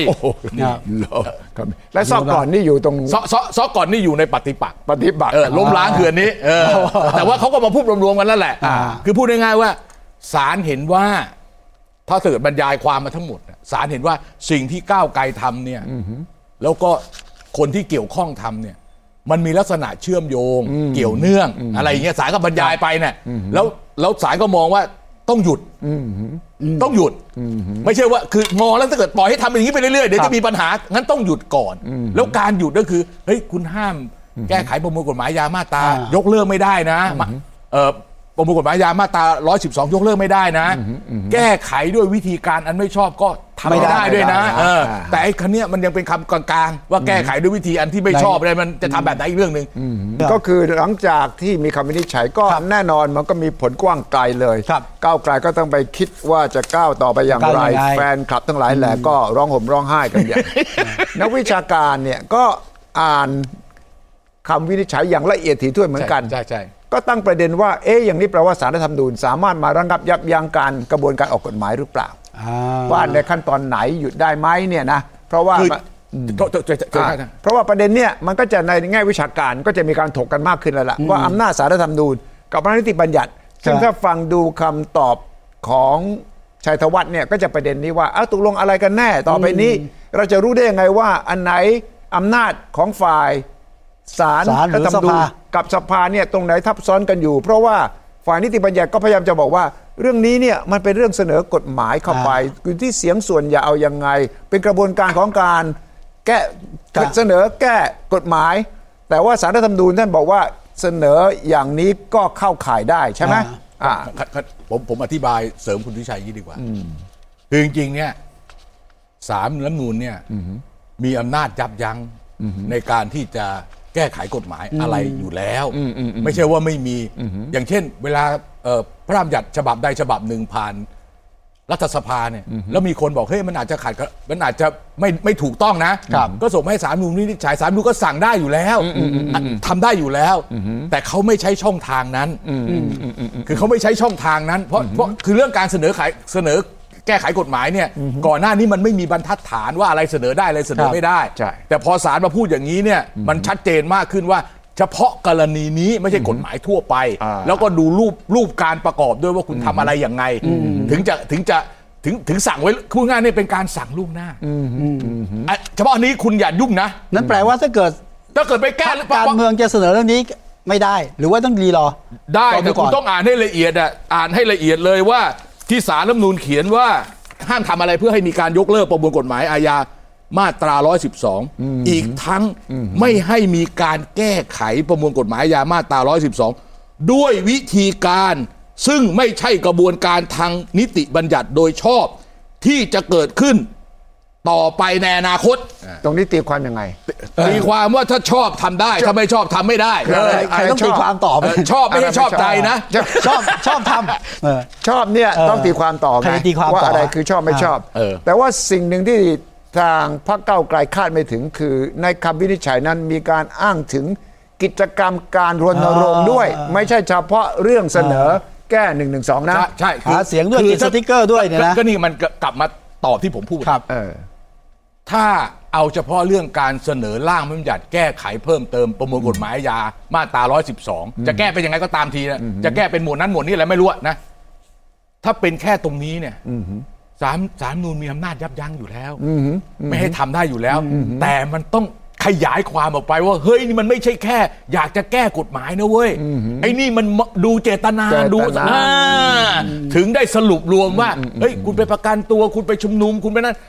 และซ้อก่อนนี่อยู่ตรงซ้อก่อนนี่อยู่ในปฏิปักษ์ล้มล้างคืออันนี้แต่ว่าเขาก็มาพูดรวมๆกันแล้วแหละคือพูดง่ายๆว่าศาลเห็นว่าถ้าเกิดบรรยายความมาทั้งหมดศาลเห็นว่าสิ่งที่ก้าวไกลทำเนี่ยแล้วก็คนที่เกี่ยวข้องทำเนี่ยมันมีลักษณะเชื่อมโยงเกี่ยวเนื่องอะไรอย่างเงี้ยศาลก็บรรยายไปเนี่ยแล้วศาลก็มองว่าต้องหยุดไม่ใช่ว่าคือมองแล้วถ้าเกิดปล่อยให้ทำอย่างนี้ไปเรื่อยๆเดี๋ยวจะมีปัญหางั้นต้องหยุดก่อนแล้วการหยุดก็คือเฮ้ยคุณห้ามแก้ไขประมวลกฎหมายยามาตรายกเลิกไม่ได้นะประมวลกฎหมายยามาตรา112ยกเลิกไม่ได้นะแก้ไขด้วยวิธีการอันไม่ชอบก็ทำไม่ได้ด้วยนะแต่ไอ้คันนี้มันยังเป็นคำกลางๆว่าแก้ไขด้วยวิธีอันที่ไม่ชอบอะไรมันจะทำแบบไหนอีกเรื่องนึงก็คือหลังจากที่มีคำวินิจฉัยก็แน่นอนมันก็มีผลกว้างไกลเลยก้าวไกลก็ต้องไปคิดว่าจะก้าวต่อไปอย่างไรแฟนคลับทั้งหลายแหละก็ร้องห่มร้องไห้กันอย่างนักวิชาการเนี่ยก็อ่านคำวินิจฉัยอย่างละเอียดถี่ถ้วนเหมือนกันใช่ก็ตั้งประเด็นว่าอย่างนี้แปลว่าศาลรัฐธรรมนูญสามารถมาระงับยับยั้งการกระบวนการออกกฎหมายหรือเปล่าว่าในขั้นตอนไหนหยุดได้ไหมเนี่ยนะเพราะว่าประเด็นเนี่ยมันก็จะในแง่วิชาการก็จะมีการถกกันมากขึ้นแล้วล่ะว่าอำนาจศาลรัฐธรรมนูญกับอำนาจนิติบัญญัติซึ่งถ้าฟังดูคำตอบของชัยธวัฒน์เนี่ยก็จะประเด็นนี้ว่าตกลงอะไรกันแน่ต่อไปนี้เราจะรู้ได้ยังไงว่าอันไหนอำนาจของฝ่ายศาลรัฐธรรมนูญกับสภาเนี่ยตรงไหนทับซ้อนกันอยู่เพราะว่าฝ่ายนิติบัญญัติก็พยายามจะบอกว่าเรื่องนี้เนี่ยมันเป็นเรื่องเสนอกฎหมายเข้าไปคือที่เสียงส่วนอย่าเอายังไงเป็นกระบวนการของการแก้เสนอแก้กฎหมายแต่ว่าศาลรัฐธรรมนูญท่านบอกว่าเสนออย่างนี้ก็เข้าข่ายได้ใช่ไหมผมอธิบายเสริมคุณวิชัยยี่ดีกว่าคือจริงๆเนี่ยศาลรัฐธรรมนูญเนี่ยมีอำนาจยับยั้งในการที่จะแก้ไขกฎหมายอะไรอยู่แล้วไม่ใช่ว่าไม่มีอย่างเช่นเวลาพระราชบัญญัติฉบับใดฉบับหนึ่งผ่านรัฐสภาเนี่ยแล้วมีคนบอกเฮ้ยมันอาจจะขัดมันอาจจะไม่ถูกต้องนะก็ส่งให้ศาลรัฐธรรมนูญวินิจฉัยศาลรัฐธรรมนูญก็สั่งได้อยู่แล้วทำได้อยู่แล้วแต่เขาไม่ใช้ช่องทางนั้นคือเขาไม่ใช้ช่องทางนั้นเพราะคือเรื่องการเสนอแก้ไขกฎหมายเนี่ยก่อนหน้านี้มันไม่มีบรรทัดฐานว่าอะไรเสนอได้อะไรเสนอไม่ได้แต่พอศาลมาพูดอย่างนี้เนี่ยมันชัดเจนมากขึ้นว่าเฉพาะกรณีนี้ไม่ใช่กฎหมายทั่วไปแล้วก็ดูรูปการประกอบด้วยว่าคุณทำอะไรอย่างไงถึงสั่งไว้พูดง่ายนี่เป็นการสั่งล่วงหน้าเฉพาะอันนี้คุณอย่ายุ่งนะนั่นแปลว่าถ้าเกิดไปแก้การเมืองจะเสนอเรื่องนี้ไม่ได้หรือว่าต้องรีรอได้แต่คุณต้องอ่านให้ละเอียดอ่านให้ละเอียดเลยว่าที่ศาลรัฐธรรมนูญเขียนว่าห้ามทำอะไรเพื่อให้มีการยกเลิกประมวลกฎหมายอาญามาตรา112อีกทั้งไม่ให้มีการแก้ไขประมวลกฎหมายอาญามาตรา112ด้วยวิธีการซึ่งไม่ใช่กระบวนการทางนิติบัญญัติโดยชอบที่จะเกิดขึ้นต่อไปในอนาคตตรงนี้ตีความยังไงตีความว่าถ้าชอบทำได้ถ้าไม่ชอบทำไม่ได้ใครต้องตีความต่อชอบไม่ใช่ชอบใจนะชอบทำชอบเนี่ยต้องตีความต่อไงว่าอะไรคือชอบไม่ชอบแต่ว่าสิ่งหนึ่งที่ทางพรรคก้าวไกลคาดไม่ถึงคือในคำวินิจฉัยนั้นมีการอ้างถึงกิจกรรมการรณรงค์ด้วยไม่ใช่เฉพาะเรื่องเสนอแก้112นะใช่หาเสียงด้วยติดสติ๊กเกอร์ด้วยเนี่ยนะก็นี่มันกลับมาตอบที่ผมพูดครับถ้าเอาเฉพาะเรื่องการเสนอร่างบัญญัติแก้ไขเพิ่มเติมประมวลกฎหมายอาญามาตรา112จะแก้เป็นยังไงก็ตามทีนะจะแก้เป็นหมวดนั้นหมวดนี้อะไรไม่รู้นะถ้าเป็นแค่ตรงนี้เนี่ยศาลนูนมีอำนาจยับยั้งอยู่แล้วไม่ให้ทำได้อยู่แล้วแต่มันต้องขยายความออกไปว่าเฮ้ยนี่มันไม่ใช่แค่อยากจะแก้กฎหมายนะเว้ยไอ้นี่มันดูเจตนาดูถึงได้สรุปรวมว่าเฮ้ยคุณไปประกันตัวคุณไปชุมนุมคุณไปนั่น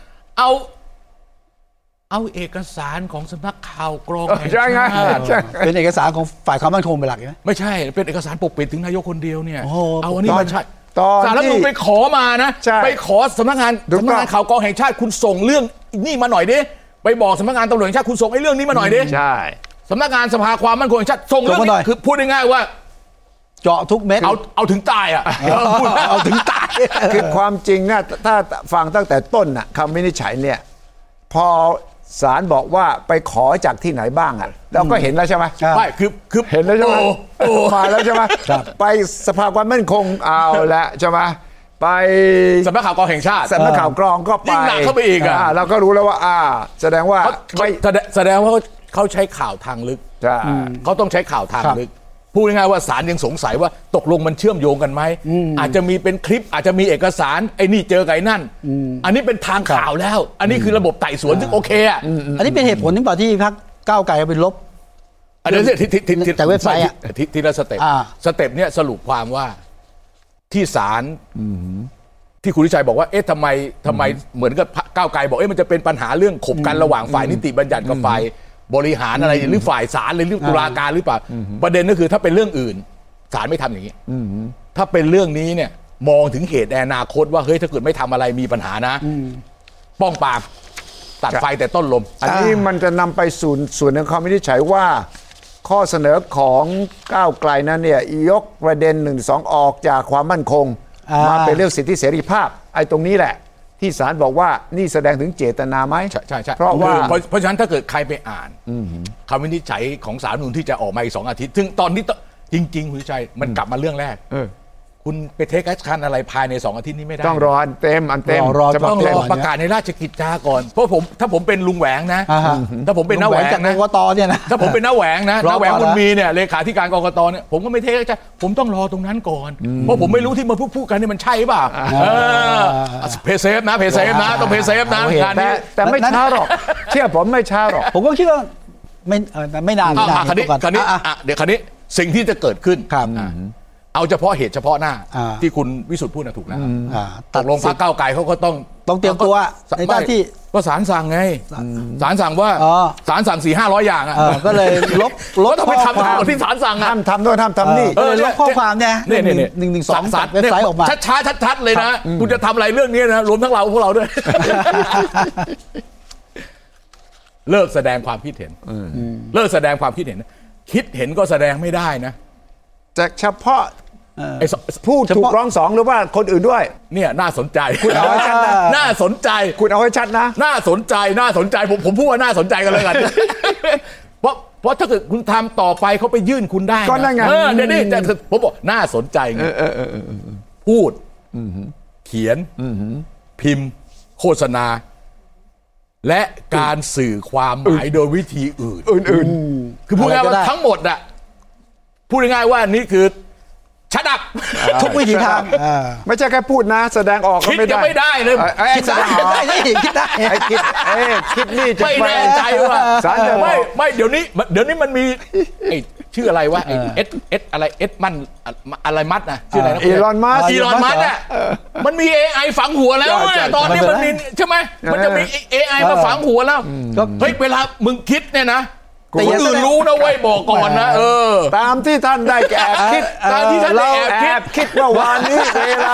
เอาเอกสารของสำนักข่าวกรองแห่งชาติเป็นเอกสารของฝ่ายความมั่นคงเป็นหลักใช่ไหมไม่ใช่เป็นเอกสารปกปิดถึงนายกคนเดียวเนี่ยเอาอันนี้มาใช่สารรัฐธรรมนูญไปขอมานะไปขอสำนักงานข่าวกรองแห่งชาติคุณส่งเรื่องนี่มาหน่อยดิไปบอกสำนักงานตำรวจแห่งชาติคุณส่งไอ้เรื่องนี้มาหน่อยดิใช่สำนักงานสภาความมั่นคงแห่งชาติส่งเรื่องนี้คือพูดง่ายๆว่าเจาะทุกเม็ดเอาถึงตายอ่ะเอาถึงตายคือความจริงนะถ้าฟังตั้งแต่ต้นน่ะคำวินิจฉัยเนี่ยพอศาลบอกว่าไปขอจากที่ไหนบ้างอ่ะเราก็เห็นแล้วใช่ไหมไม่คือเห็นแล้วใช่ไหมมาแล้วใช่ไหมไปสภาความมั่นคงเอาละใช่ไหมไปสำนักข่าวกรองแห่งชาติสำนักข่าวกรองก็ไปยิ่งหนักเข้าไปอีกเราก็รู้แล้วว่าแสดงว่าแสดงว่าเขาใช้ข่าวทางลึกเขาต้องใช้ข่าวทางลึกพูดง่ายๆว่าศาลยังสงสัยว่าตกลงมันเชื่อมโยงกันไหมอาจจะมีเป็นคลิปอาจจะมีเอกสารไอ้นี่เจอไก่นั่นอันนี้เป็นทางข่าวแล้วอันนี้คือระบบไต่สวนซึ่งโอเคอ่ะอันนี้เป็นเหตุผลที่ป่ะที่พรรคก้าวไกลไปลบอันนี้แต่เว็บไซต์ทีละสเต็ปเนี่ยสรุปความว่าที่ศาลที่คุณวิชัยบอกว่าเอ๊ะทำไมเหมือนกับก้าวไกลบอกเอ๊ะมันจะเป็นปัญหาเรื่องขบกันระหว่างฝ่ายนิติบัญญัติกับฝ่ายบริหารอะไรหรือฝ่ายศาลหรือตุลาการหรือเปล่าประเด็นก็คือถ้าเป็นเรื่องอื่นศาลไม่ทำอย่างนี้ถ้าเป็นเรื่องนี้เนี่ยมองถึงเหตุในอนาคตว่าเฮ้ยถ้าเกิดไม่ทำอะไรมีปัญหานะป้องปรามตัดไฟแต่ต้นลมอันนี้มันจะนำไปส่วนหนึ่งคำวินิจฉัยว่าข้อเสนอของก้าวไกลนั้นเนี่ยยกประเด็น1-2ออกจากความมั่นคงมาเป็นเรื่องสิทธิเสรีภาพไอ้ตรงนี้แหละที่ศาลบอกว่านี่แสดงถึงเจตนาไหมใช่เพราะฉะนั้นถ้าเกิดใครไปอ่านคำวินิจฉัยของศาลรัฐธรรมนูญที่จะออกมาอีก2 อาทิตย์ถึงตอนนี้จริงๆคุณชัยมันกลับมาเรื่องแรกคุณไปเทคแอคชั่นอะไรภายใน2 อาทิตย์นี้ไม่ได้ต้องรออันเต็มต้องรอประกาศในราชกิจจาก่อนเพราะถ้าผมเป็นลุงแหวงนะถ้าผมเป็นน้าแหวงจากกกตเนี่ยนะถ้าผมเป็นน้าแหวงนะน้าแหวงบุญมีเนี่ยเลขาธิการกกตเนี่ยผมก็ไม่เทคแอคชั่นผมต้องรอตรงนั้นก่อนเพราะผมไม่รู้ที่มาพูดกันนี่มันใช่ป่ะเพย์เซฟนะต้องเพย์เซฟนะงานนี้แต่ไม่ช้าหรอกเชื่อผมไม่ช้าหรอกผมก็คิดว่าไม่นานคราวนี้สิ่งที่จะเกิดขึ้นเอาเฉพาะเหตุเฉพาะหน้าที่คุณวิสุทธิ์พูดถูกแล้วตกลงพรรคก้าวไกลเขาก็ต้องเตรียมตัวในหน้าที่ก็ศาลสั่งไงศาลสั่งว่าศาลสั่ง 400-500 อย่างก็เลยลบต้องไปทำตามที่ศาลสั่งห้ามทำด้วยห้ามทำนี่ลบข้อความเนี่ย112เว็บไซต์ออกมาชัดเลยนะคุณจะทำอะไรเรื่องนี้นะรวมทั้งพวกเราด้วยเลิกแสดงความคิดเห็นเลิกแสดงความคิดเห็นคิดเห็นก็แสดงไม่ได้นะจากเฉพาะผู้ถูกร้อง2หรือว่าคนอื่นด้วยเนี่ยน่าสนใจคุณเอาให้ชัดนะน่าสนใจคุณเอาให้ชัดนะน่าสนใจผมพูดว่าน่าสนใจกันเลยกันเพราะถ้าเกิดคุณทำต่อไปเขาไปยื่นคุณได้ก็นั่นไงเดี๋ยวนี้ผมบอกน่าสนใจไงพูดเขียนพิมพ์โฆษณาและการสื่อความหมายโดยวิธีอื่นคือพูดง่ายว่าทั้งหมดอะพูดง่ายว่านี่คือชัดอัพทุกวิธีทางไม่ใช่แค่พูดนะแสดงออกก็ไม่ได้คิดจะไม่ได้เลยคิดได้คิดได้คิดนี่จะไม่แน่ใจว่าไม่เดี๋ยวนี้มันมีชื่ออะไรวะไอ้เอสอะไรเอสมันอะไรมัดนะชื่ออะไรนะอีลอนมัสอีลอนมัสอ่ะมันมี AI ฝังหัวแล้วตอนนี้มันมีใช่ไหมมันจะมี AI มาฝังหัวแล้วเฮ้ยเวลามึงคิดเนี่ยนะคนอื่นรู้นะเว้ยบอกก่อนนะตามที่ท่านได้แอบคิดตามที่ท่านได้แอบคิดเมื่อวานนี้เวลา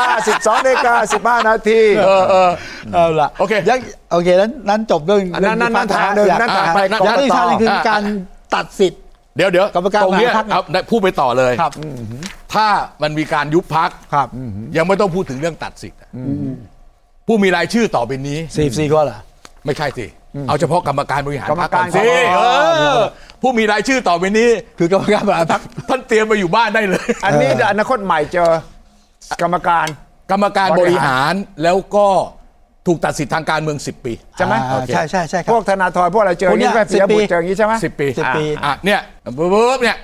12:15 นาทีเอาล่ะโอเคโอเคนั้นจบเรื่องนั้นทางเดินนั้นทางไปอย่างที่ทางคือการตัดสิทธิ์เดี๋ยวกรรมการตรงนี้พูดไปต่อเลยครับถ้ามันมีการยุบพรรคยังไม่ต้องพูดถึงเรื่องตัดสิทธิ์ผู้มีรายชื่อต่อไปนี้ 44คนเหรอไม่ใช่สิเอาเฉพาะกรรมการบริหารพรรคก่อนสิผู้มีรายชื่อต่อไปนี้คือกรรมการบริหารพรรคท่านเตรียมไปอยู่บ้านได้เลยอันนี้อนาคตใหม่เจอกรรมการบริหารแล้วก็ถูกตัดสิทธิ์ทางการเมือง10 ปีใช่ไหมใช่ครับพวกธนาธรพวกอะไรเจออย่างนี้ไหมปิยบุตรเจออย่างนี้ใช่ไหม 10 ปีเนี่ยเนี่ย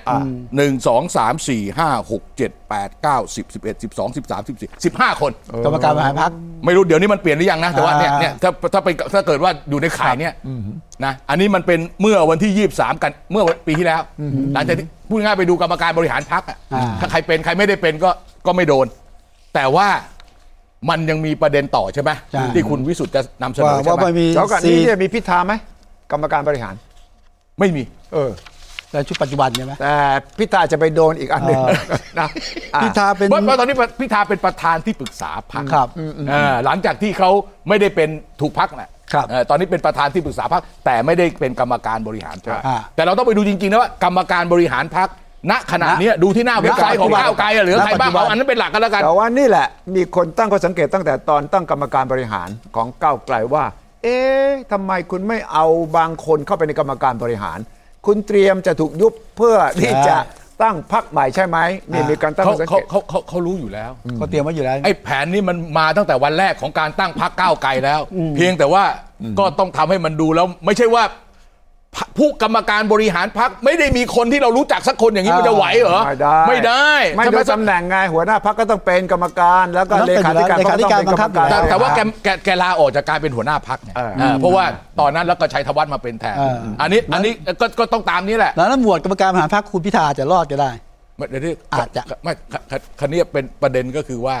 1 2 3 4 5 6 7 8 9 10 11 12 13 14 15 คนกรรมการบริหารพรรคไม่รู้เดี๋ยวนี้มันเปลี่ยนหรือยังนะแต่ว่าเนี่ยถ้าเกิดว่าอยู่ในข่ายเนี่ยนะอันนี้มันเป็นเมื่อวันที่23กันเมื่อปีที่แล้วหลังจากที่พูดง่ายไปดูกรรมการบริหารพรรคถ้าใครเป็นใครไม่ได้เป็นก็ไม่โดนแต่ว่ามันยังมีประเด็นต่อใช่ไหมที่คุณวิสุทธิ์จะนำเสนอใช่ไหมแล้วก่อนนี้มีพิธาไหมกรรมการบริหารไม่มีแต่ชุดปัจจุบันใช่ไหมแต่พิธาจะไปโดนอีกอันหนึ่งนะพิธาเป็นเพราะตอนนี้พิธาเป็นประธานที่ปรึกษาพรรคหลังจากที่เขาไม่ได้เป็นถูกพรรคนะตอนนี้เป็นประธานที่ปรึกษาพรรคแต่ไม่ได้เป็นกรรมการบริหารพรรคแต่เราต้องไปดูจริงๆนะว่ากรรมการบริหารพรรคณขณะนี้ดูที่หน้าเว็บไซต์ของก้าวไกลเหลือใครบ้างเอาอันนั้นเป็นหลักกันแล้วกันแต่ว่านี่แหละมีคนตั้งข้อสังเกตตั้งแต่ตอนตั้งกรรมการบริหารของก้าวไกลว่าทำไมคุณไม่เอาบางคนเข้าไปในกรรมการบริหารคุณเตรียมจะถูกยุบเพื่อที่จะตั้งพรรคใหม่ใช่ไหมนี่มีการตั้งข้อสังเกตเขารู้อยู่แล้วเขาเตรียมไว้อยู่แล้วไอ้แผนนี้มันมาตั้งแต่วันแรกของการตั้งพรรคก้าวไกลแล้วเพียงแต่ว่าก็ต้องทำให้มันดูแล้วไม่ใช่ว่าผู้กรรมการบริหารพรรคไม่ได้มีคนที่เรารู้จักสักคนอย่างนี้มันจะไหวเหรอไม่ได้ไม่ได้ตำแหน่งไงหัวหน้าพรรคก็ต้องเป็นกรรมการแล้วก็เลขาธิการพรรคต้องเป็นกรรมการแต่ว่าแกลาออกจากการเป็นหัวหน้าพรรคเนี่ยเพราะว่าตอนนั้นแล้วก็ชัยธวัฒน์มาเป็นแทนอันนี้ก็ต้องตามนี้แหละแล้วหมวดกรรมการบริหารพรรคคุณพิธาจะรอดก็ได้เดี๋ยวนี้อาจจะไม่คันนี้เป็นประเด็นก็คือว่า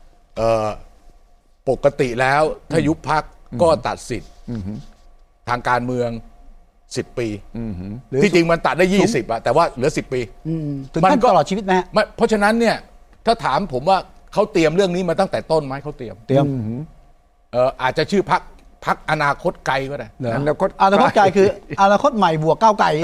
ปกติแล้วถ้ายุบพรรคก็ตัดสิทธิ์ทางการเมือง10 ปีที่จริงมันตัดได้20อะแต่ว่าเหลือ10 ปีมันก็ตลอดชีวิตนะเพราะฉะนั้นเนี่ยถ้าถามผมว่าเขาเตรียมเรื่องนี้มาตั้งแต่ต้นไหมเขาเตรียมอาจจะชื่อพรรคอนาคตไกลก็ได้อนาคตไกลคืออนาคตใหม่บวกก้าวไกล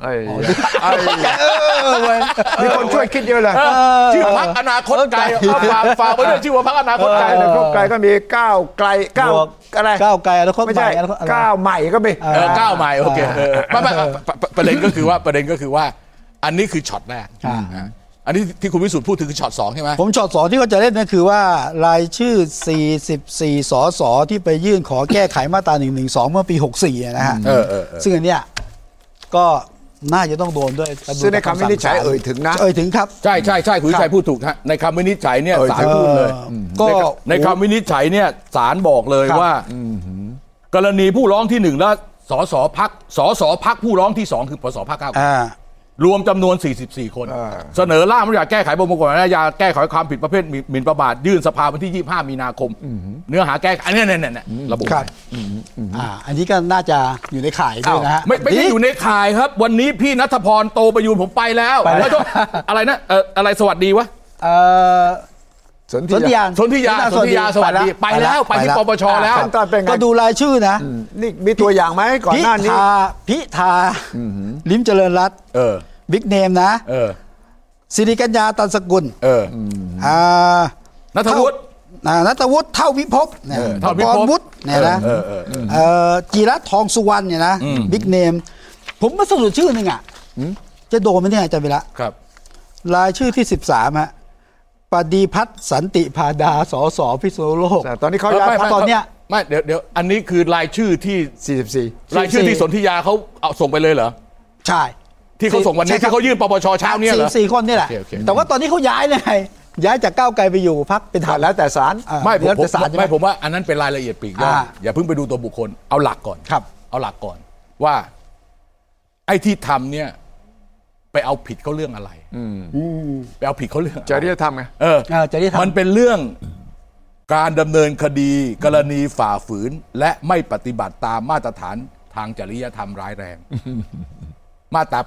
มีคนช่วยคิดเยอะเลยชื่อพรรคอนาคตไกลฝากไว้ด้วยชื่อว่าพรรคอนาคตไกลอนาคตไกลก็มีก้าวไกลก้าวอะไรก้าวไกลอนาคตใหม่ก้าวใหม่ก็มีก้าวใหม่โอเคไม่ประเด็นก็คือว่าอันนี้คือช็อตแรกอันนี้ที่คุณวิสุทธิ์พูดถึงคือช็อต2ใช่ไหมผมช็อต2ที่เขาจะเล่นนั่นคือว่ารายชื่อ44สสที่ไปยื่นขอแก้ไขมาตรา112เมื่อปี64นะฮะซึ่งอันเนี้ยก็น่าจะต้องโดนด้วยซึ่งในคำวินิจฉัยถึงนะถึงครับใช่คุณวิชัยพูดถูกฮะในคำวินิจฉัยเนี่ยศาลพูดเลยก็ในคำวินิจฉัยเนี่ยศาลบอกเลยว่ากรณีผู้ร้องที่1แล้วสสพรรคผู้ร้องที่2คือสสพรรคก้าวไกลรวมจำนวน44คนเสนอร่างพระราชบัญญัติแก้ไขประมวลกฎหมายอาญาแก้ไขความผิดประเภทหมิ่นประมาทยื่นสภาวันที่25มีนาคมเนื้อหาแก้อันนี้ระบุอันนี้ก็น่าจะอยู่ในข่ายด้วยนะฮะไม่ได้อยู่ในข่ายครับวันนี้พี่ณัฐพรโตประยูรผมไปแล้วอะไรนะอะไรสวัสดีวะสนธิยาสวัสดีไปแล้วไปที่ปปชแล้วก็ดูรายชื่อนะนี่มีตัวอย่างไหมก่อนหน้านี้พิธาลิ้มเจริญรัตน์บิ๊กเนมนะสิริกัญญาตันสกุลณัฐวุฒิเท่าวิภพเท่าวิภพเนี่ยนะจิรัตน์ทองสุวรรณเนี่ยนะบิ๊กเนมผมมาสรุปชื่อหนึ่งอ่ะจะโดนมันที่ไหนจำไปละรายชื่อที่13ฮะปฏิพัฒน์สันติพาดาสสพิษณุโลกตอนนี้เขาย้ายตอนเนี้ยไม่เดี๋ยวอันนี้คือรายชื่อที่44รายชื่อที่สนธิยาเขาเอาส่งไปเลยเหรอใช่ที่เขาส่งวันนี้ที่เขายื่นปปชเช้านี้เหรอ 44คนนี่แหละแต่ว่าตอนนี้เขาย้ายไงย้ายจากก้าวไกลไปอยู่พรรคเป็นฐานแล้วแต่ศาลไม่ผมว่าอันนั้นเป็นรายละเอียดปลีกย่อยอย่าเพิ่งไปดูตัวบุคคลเอาหลักก่อนครับเอาหลักก่อนว่าไอ้ที่ทำเนี่ยไปเอาผิดเขาเรื่องอะไรไปเอาผิดเขาเรื่องจริยธรรมไงจริยธรรมมันเป็นเรื่องการดำเนินคดีกรณีฝ่าฝืนและไม่ปฏิบัติตามมาตรฐานทางจริยธรรมร้ายแรงมาตรา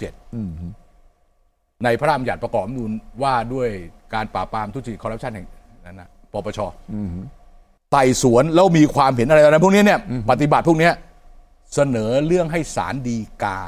87ในพระราชบัญญัติประกอบรัฐธรรมนูญว่าด้วยการปราบปรามทุจริตคอร์รัปชันแห่งนั้นนะปปชไต่สวนแล้วมีความเห็นอะไรพวกนี้เนี่ยปฏิบัติพวกนี้เสนอเรื่องให้ศาลฎีกา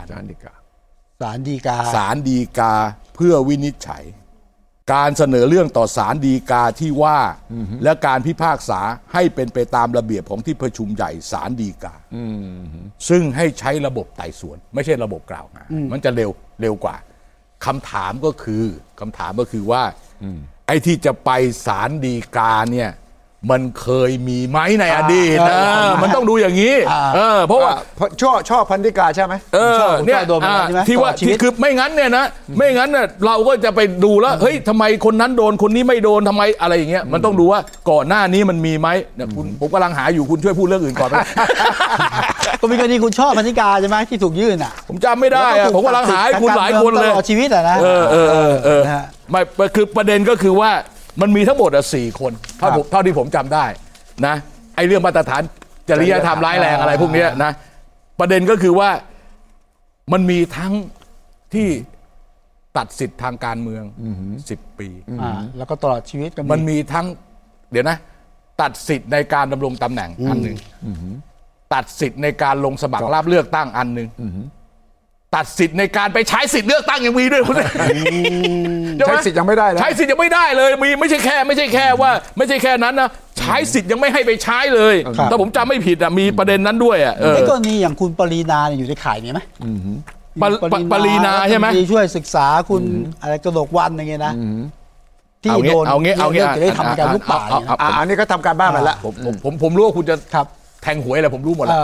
เพื่อวินิจฉัยการเสนอเรื่องต่อศาลฎีกาที่ว่าและการพิพากษาให้เป็นไปตามระเบียบของที่ประชุมใหญ่ศาลฎีกาซึ่งให้ใช้ระบบไต่สวนไม่ใช่ระบบกล่าวหามันจะเร็วกว่าคำถามก็คือว่าไอ้ที่จะไปศาลฎีกาเนี่ยมันเคยมีไหมในอดีตมันต้องดูอย่างนี้เพราะว่าชอบพันธิกาใช่ไหมเนี่ยที่ว่าคือไม่งั้นเนี่ยนะไม่งั้นเนี่ยเราก็จะไปดูแล้วเฮ้ยทำไมคนนั้นโดนคนนี้ไม่โดนทำไมอะไรอย่างเงี้ยมันต้องดูว่าก่อนหน้านี้มันมีไหมเนี่ยผมกำลังหาอยู่คุณช่วยพูดเรื่องอื่นก่อนไหมก็มีกรณีคุณชอบพันธิกาใช่ไหมที่ถูกยื่นผมจำไม่ได้ผมกำลังหาคุณหลายคนเลยชีวิตอะนะไม่คือประเด็นก็คือว่ามันมีทั้งหมด4 คนเท่าที่ผมจำได้นะไอ้เรื่องมาตรฐานจริยธรรมร้ายแรงอะไรพวกนี้นะประเด็นก็คือว่ามันมีทั้งที่ตัดสิทธิ์ทางการเมือง10 ปีแล้วก็ตลอดชีวิตมันมีทั้งเดี๋ยวนะตัดสิทธิ์ในการดำรงตำแหน่งอันหนึ่งตัดสิทธิ์ในการลงสมัครรับเลือกตั้งอันหนึ่งตัดสิทธิ์ในการไปใช้สิทธิ์เลือกตั้งยังมีด้วยคุณใช้สิทธิ์ยังไม่ได้เลยใช้สิทธิ์ยังไม่ได้เลยมีไม่ใช่แค่ว่าไม่ใช่แค่นั้นนะใช้สิทธิ์ยังไม่ให้ไปใช้เลยถ้าผมจำไม่ผิดมีประเด็นนั้นด้วยไอ้กรณีอย่างคุณปรีนาอยู่ในข่ายนี้ไหมปรีนาใช่ไหมช่วยศึกษาคุณอะไรกระดกวันอย่างเงี้ยนะที่โดนเอางี้จะได้ทำการลุกป่าอันนี้ก็ทำการบ้านมาแล้วผมรู้ว่าคุณจะแทงหวยอะไรผมรู้หมดแล้ว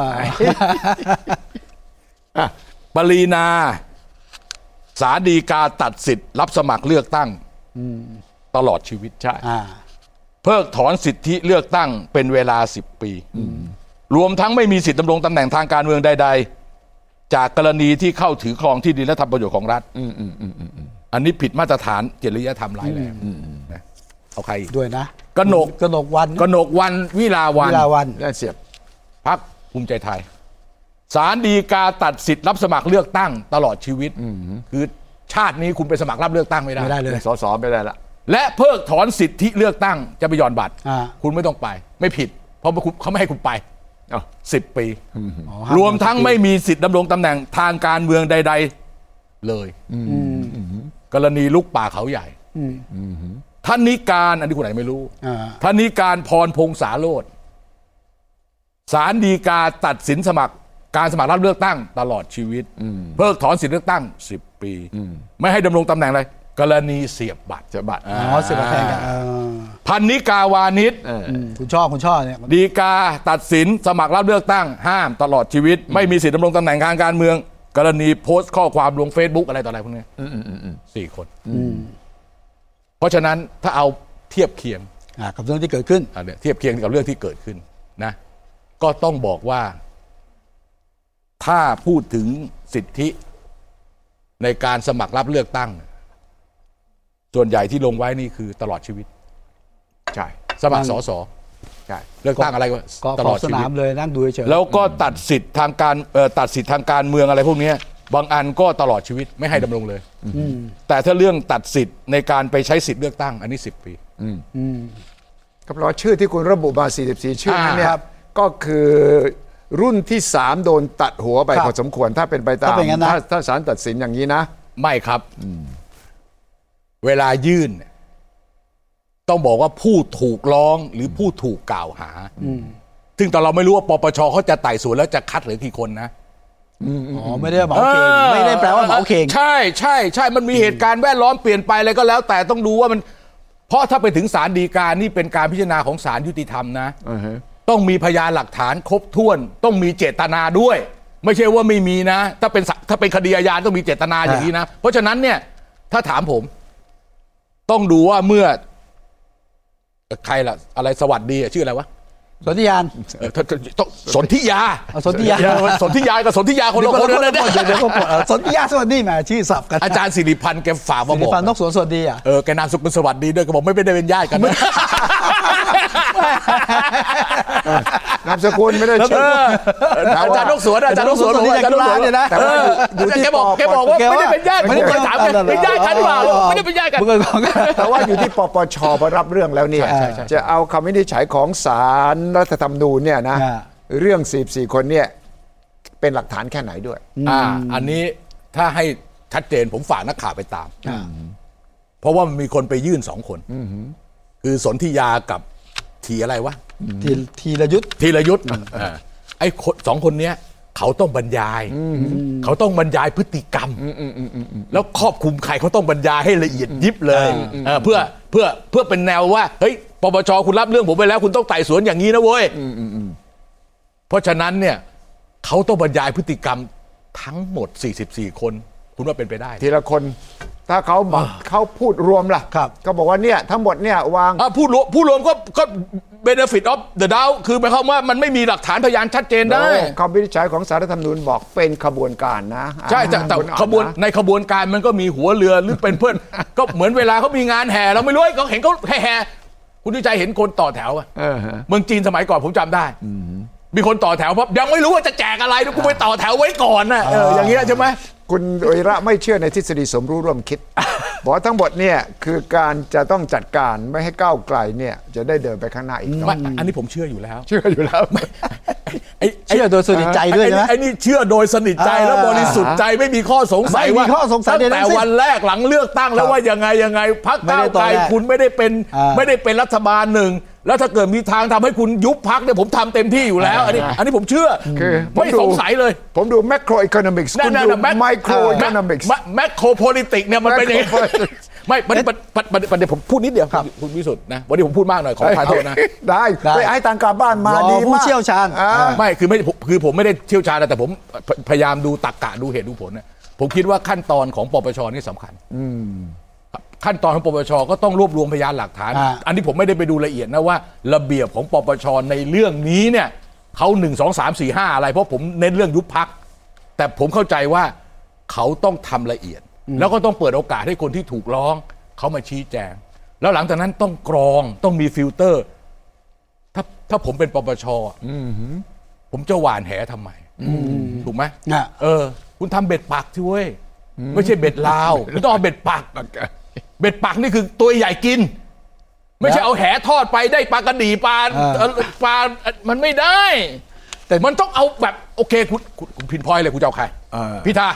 ปรีนาศาลฎีกาตัดสิทธิ์รับสมัครเลือกตั้งตลอดชีวิตใช่เพิกถอนสิทธิเลือกตั้งเป็นเวลา10 ปีรวมทั้งไม่มีสิทธิดำรงตำแหน่งทางการเมืองใดๆจากกรณีที่เข้าถือครองที่ดินและทำประโยชน์ของรัฐอันนี้ผิดมาตรฐานจริยธรรมร้ายแรงนะเอาใครด้วยนะกนกวันวิลาวันได้เสียบพรรคภูมิใจไทยศาลฎีกาตัดสิทธิ์รับสมัครเลือกตั้งตลอดชีวิตคือชาตินี้คุณไปสมัครรับเลือกตั้งไม่ได้เลยส.ส.ไม่ได้ละและเพิกถอนสิทธิเลือกตั้งจะไปหย่อนบัตรคุณไม่ต้องไปไม่ผิดเพราะเขาไม่ให้คุณไป10 ปีรวมทั้งไม่มีสิทธิดำรงตำแหน่งทางการเมืองใดๆเลยกรณีลุกป่าเขาใหญ่ท่านนิการอันนี้คุณไหนไม่รู้ท่านนิการพรพงษาโรจน์ศาลฎีกาตัดสินการสมัครรับเลือกตั้งตลอดชีวิตเพิกถอนสิทธิเลือกตั้ง10 ปีไม่ให้ดำรงตำแหน่งอะไรกรณีเสียบบัตรเสียบบัตรพันนิกาวานิชคุณชอบเนี่ยฎีกาตัดสินสมัครรับเลือกตั้งห้ามตลอดชีวิตไม่มีสิทธิดำรงตำแหน่งทางการเมืองกรณีโพสต์ข้อความลง Facebook อะไรต่ออะไรพวกนี้4 คนเพราะฉะนั้นถ้าเอาเทียบเคียงกับเรื่องที่เกิดขึ้นเทียบเคียงกับเรื่องที่เกิดขึ้นนะก็ต้องบอกว่าถ้าพูดถึงสิทธิในการสมัครรับเลือกตั้งส่วนใหญ่ที่ลงไว้นี่คือตลอดชีวิตใช่สมัครส.ส.ใช่เลือกตั้งอะไรก็ตลอดชีวิตเลยนั่งดูเฉยแล้วก็ตัดสิทธิ์ทางการเมืองอะไรพวกนี้บางอันก็ตลอดชีวิตไม่ให้ดำรงเลยแต่ถ้าเรื่องตัดสิทธิ์ในการไปใช้สิทธิ์เลือกตั้งอันนี้10 ปีก็เพราะชื่อที่คุณระบุมา44ชื่อนั้นเนี่ยก็คือรุ่นที่3โดนตัดหัวไปพอสมควรถ้าเป็นไปตามถ้าศาลตัดสินอย่างนี้นะไม่ครับเวลายื่นต้องบอกว่าผู้ถูกร้องหรือผู้ถูกกล่าวหาซึ่งตอนเราไม่รู้ว่าปปชเขาจะไต่สวนแล้วจะคัดเหลือกี่คนนะไม่ได้เหมาเข่งไม่ได้แปลว่าเหมาเข่งใช่มันมีเหตุการณ์แวดล้อมเปลี่ยนไปอะไรก็แล้วแต่ต้องดูว่ามันเพราะถ้าไปถึงศาลฎีกานี่เป็นการพิจารณาของศาลยุติธรรมนะต้องมีพยานหลักฐานครบถ้วนต้องมีเจตนาด้วยไม่ใช่ว่าไม่มีนะถ้าเป็นคดีอาญาต้องมีเจตนาอย่างนี้นะเพราะฉะนั้นเนี่ยถ้าถามผมต้องดูว่าเมื่อใครล่ะอะไรสวัสดีชื่ออะไรวะสนธิยานต้องสนธิยาสนธิยาสนธิยากับสนธิยาคนละคนนะเนี่ยเดี๋ยวก็สนธิยาสวัสดีแหมชื่อสับกันอาจารย์สิริพันธ์แกฝากมาบอกสิริพันธ์นกสวนสวัสดีอ่ะแกนามสกุลสวัสดีด้วยก็บอกไม่ได้เป็นญาติกันนะนามสกุลไม่ได้ชื่ออาจารย์นกสวนอาจารย์นกสวนอาจารย์นกสวนเนี่ยนะแกบอกว่าไม่ได้เป็นญาติผมเคยถามเป็นญาติกันหรือเปล่าไม่ได้เป็นญาติกันแต่ว่าอยู่ที่ปปชพอรับเรื่องแล้วเนี่ยจะเอาคำวินิจฉัยของศาลรัฐธรรมนูญเนี่ยนะเรื่อง44คนเนี่ยเป็นหลักฐานแค่ไหนด้วยอันนี้ถ้าให้ชัดเจนผมฝากนักข่าวไปตามเพราะว่ามีคนไปยื่น2 คนคือสนธิยากับทีอะไรวะทีรยุทธ์ไอ้2 คนเนี้ยเขาต้องบรรยายเขาต้องบรรยายพฤติกรรมแล้วครอบคลุมใครเขาต้องบรรยายให้ละเอียดยิบเลยเพื่อเป็นแนวว่าเฮ้ยปปชคุณรับเรื่องผมไปแล้วคุณต้องไต่สวนอย่างนี้นะเว้ยเพราะฉะนั้นเนี่ยเขาต้องบรรยายพฤติกรรมทั้งหมด44คนคุณว่าเป็นไปได้ทีละคนถ้าเขาพูดรวมล่ะก็บอกว่าเนี่ยทั้งหมดเนี่ยวางผู้รวมก็ benefit of the doubt คือหมายความว่ามันไม่มีหลักฐานพยานชัดเจนได้คำวินิจฉัยของศาลรัฐธรรมนูญบอกเป็นขบวนการนะใช่แต่ในขบวนการมันก็มีหัวเรือหรือเป็นเพื่อนก็เหมือนเวลาเขามีงานแห่เราไม่รู้เขาเห็นเขาแห่คุณวิจัยเห็นคนต่อแถวอ่ะเมืองจีนสมัยก่อนผมจำได้มีคนต่อแถวเพราะยังไม่รู้ว่าจะแจกอะไรกูไปต่อแถวไว้ก่อนนะอย่างเงี้ยใช่ไหมคุณวีระไม่เชื่อในทฤษฎีสมรู้ร่วมคิดบอกทั้งหมดเนี่ยคือการจะต้องจัดการไม่ให้ก้าวไกลเนี่ยจะได้เดินไปข้างหน้าอีกอันนี้ผมเชื่ออยู่แล้วเชื่อโดยสนิทใจด้วยนะไอ้นี่เชื่อโดยสนิทใจแล้วบริสุทธิ์ใจไม่มีข้อสงสัยว่าตั้งแต่วันแรกหลังเลือกตั้งแล้วว่ายังไงพรรคก้าวไกลคุณไม่ได้เป็นรัฐบาลหนึ่งแล้วถ้าเกิดมีทางทำให้คุณยุบพรรคเนี่ยผมทำเต็มที่อยู่แล้วอันนี้ผมเชื่อไม่สงสัยเลยผมดู macro economics คุณดู micro economics macro politics เนี่ยมันเป็นอย่างนี้ไม่ประเด็นผมพูดนิดเดียวคุณวิสุทธิ์นะวันนี้ผมพูดมากหน่อยขอขอโทษนะได้ไปไอ้ต่างกลับบ้านมาดีมากผู้เชี่ยวชาญไม่คือผมไม่ได้เชี่ยวชาญแต่ผมพยายามดูตรรกะดูเหตุดูผลนะผมคิดว่าขั้นตอนของปปชนี่สำคัญขั้นตอนของปปชก็ต้องรวบรวมพยานหลักฐานอันนี้ผมไม่ได้ไปดูละเอียดนะว่าระเบียบของปปชในเรื่องนี้เนี่ยเขา1 2 3 4 5อะไรเพราะผมเน้นเรื่องยุบพรรคแต่ผมเข้าใจว่าเขาต้องทำละเอียดแล้วก็ต้องเปิดโอกาสให้คนที่ถูกร้องเขามาชี้แจงแล้วหลังจากนั้นต้องกรองต้องมีฟิลเตอร์ถ้าผมเป็นปปชผมจะหว่านแหทำไมถูกไหมคุณทำเบ็ดปักที่เว้ยไม่ใช่เบ็ดลาวคุณต้องเอาเบ็ดปักเบ็ดปักนี่คือตัวใหญ่กินไม่ใช่เอาแหทอดไปได้ปลากระดี่ปลามันไม่ได้แต่มันต้องเอาแบบโอเคคุณพินพอยเลยคุณจะเอาใครพิธา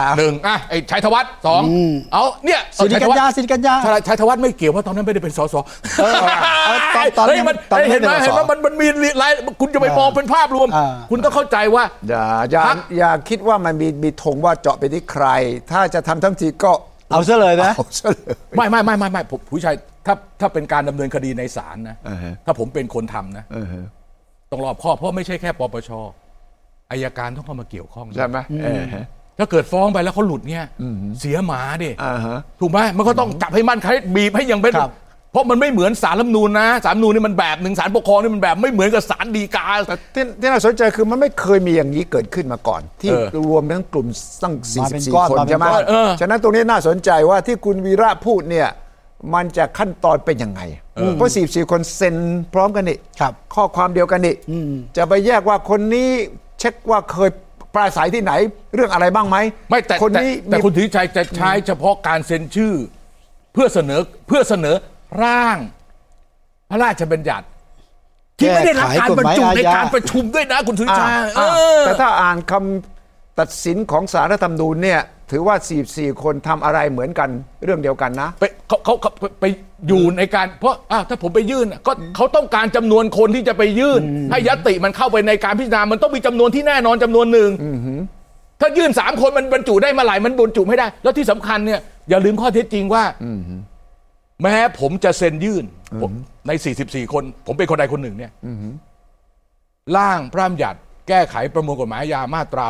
1ไอ้ชัยธวัฒน์2เอาเนี่ยสิริกัญญาชัยธวัฒน์ไม่เกี่ยวเพราะตอนนั้นไม่ได้เป็นสสตอนนี้มันเห็นไหมมันมีรายคุณจะไปมองเป็นภาพรวมคุณต้องเข้าใจว่าอย่าคิดว่ามันมีธงว่าเจาะไปที่ใครถ้าจะทำทั้งทีก็เอาซะเลยนะไม่ผู้ชายถ้าเป็นการดำเนินคดีในศาลนะถ้าผมเป็นคนทำนะต้องรอบคอบเพราะไม่ใช่แค่ปปชอัยการต้องเข้ามาเกี่ยวข้องใช่ไหมถ้าเกิดฟ้องไปแล้วเขาหลุดเนี่ยเสียหมาดิถูกไหมมันก็ต้องจับให้มั่นใครบีบให้ยังเป็นเพราะมันไม่เหมือนศาลรัฐธรรมนูญนะศาลรัฐธรรมนูญนี่มันแบบหนึ่งศาลปกครองนี่มันแบบไม่เหมือนกับศาลฎีกาที่น่าสนใจคือมันไม่เคยมีอย่างนี้เกิดขึ้นมาก่อนที่รวมทั้งกลุ่มตั้ง44คนใช่ไหมฉะนั้นตรงนี้น่าสนใจว่าที่คุณวีระพูดเนี่ยมันจะขั้นตอนเป็นยังไงเพราะ44คนเซ็นพร้อมกันนี่ข้อความเดียวกันนี่จะไปแยกว่าคนนี้เช็คว่าเคยปราศัยที่ไหนเรื่องอะไรบ้างไหมไม่แต่คนนี้แต่คุณถือใจจะใช้เฉพาะการเซ็นชื่อเพื่อเสนอร่างพระราชบัญญัติที่ไม่ได้รับการบรรจุในการประชุมด้วยนะคุณถือใจแต่ถ้าอ่านคำตัดสินของศาลรัฐธรรมนูญเนี่ยถือว่า44คนทำอะไรเหมือนกันเรื่องเดียวกันนะเขาไปอยู่ในการเพราะถ้าผมไปยื่นก็เขาต้องการจำนวนคนที่จะไปยื่นให้ญัตติมันเข้าไปในการพิจารณามันต้องมีจำนวนที่แน่นอนจำนวนหนึ่งถ้ายื่น3คนมันบรรจุได้เมื่อไหร่มันบรรจุไม่ได้แล้วที่สำคัญเนี่ยอย่าลืมข้อเท็จจริงว่าแม้ผมจะเซ็นยื่นใน44คนผมเป็นคนใดคนหนึ่งเนี่ยร่างพระราชบัญญัติแก้ไขประมวลกฎหมายอาญามาตรา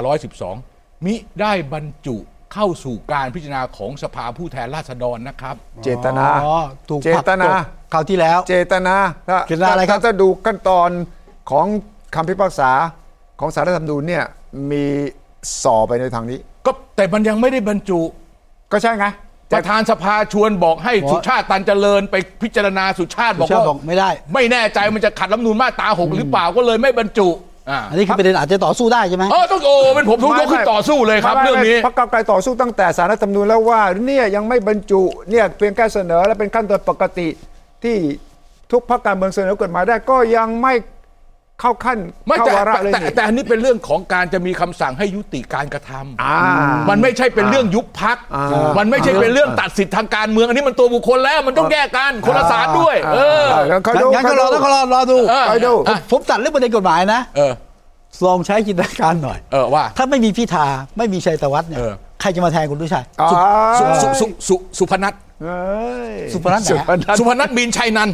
112มิได้บรรจุเข้าสู่การพิจารณาของสภาผู้แทนราษฎรนะครับเจตนาถูกเจตนาคราวที่แล้วเจตนาอะไรครับถ้าดูขั้นตอนของคำพิพากษาของศาลรัฐธรรมนูญเนี่ยมีส่อไปในทางนี้ก็แต่มันยังไม่ได้บรรจุก็ใช่ไงประธานสภาชวนบอกให้สุชาติตันเจริญไปพิจารณาสุชาติบอกว่าไม่ได้ไม่แน่ใจมันจะขัดรัฐธรรมนูญมาตรา6หรือเปล่าก็เลยไม่บรรจุอันนี้คือประเด็นอาจจะต่อสู้ได้ใช่ไหมต้องเป็นผมทุกยกขึ้นต่อสู้เลยครับเรื่องนี้พรรคก้าวไกลต่อสู้ตั้งแต่ศาลรัฐธรรมนูญแล้วว่าเนี่ยยังไม่บรรจุเนี่ยเพียงแค่เสนอและเป็นขั้นตอนปกติที่ทุกพรรคการเมืองเสนอกฎหมายได้ก็ยังไม่เข้าขั้นเข้าวาระเลยแต่อันนี้เป็นเรื่องของการจะมีคำสั่งให้ยุติการกระทำมันไม่ใช่เป็นเรื่องยุบพรรคมันไม่ใช่เป็นเรื่องตัดสิทธิทางการเมืองอันนี้มันตัวบุคคลแล้วมันต้องแยกกันคนละศาลด้วยงั้นก็รอดูผมตัดเรื่องประเด็นกฎหมายนะลองใช้จินตนาการหน่อยว่าถ้าไม่มีพิธาไม่มีชัยธวัฒน์เนี่ยใครจะมาแทนคุณดุชัยสุพนัทสุพนัทบินชัยนันท์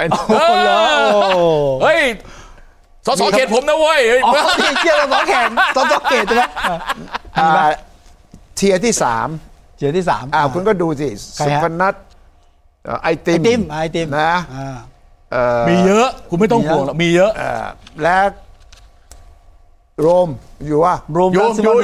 เฮ้ยสสเขตผมนะเว้ยเกี่ยวกับสเขตสสเขตใช่ไหมเทียร์ที่3คุณก็ดูสิสุพนัทไอติมนะมีเยอะคุณไม่ต้องห่วงหรอกมีเยอะและโรมอยู่ว่าโรม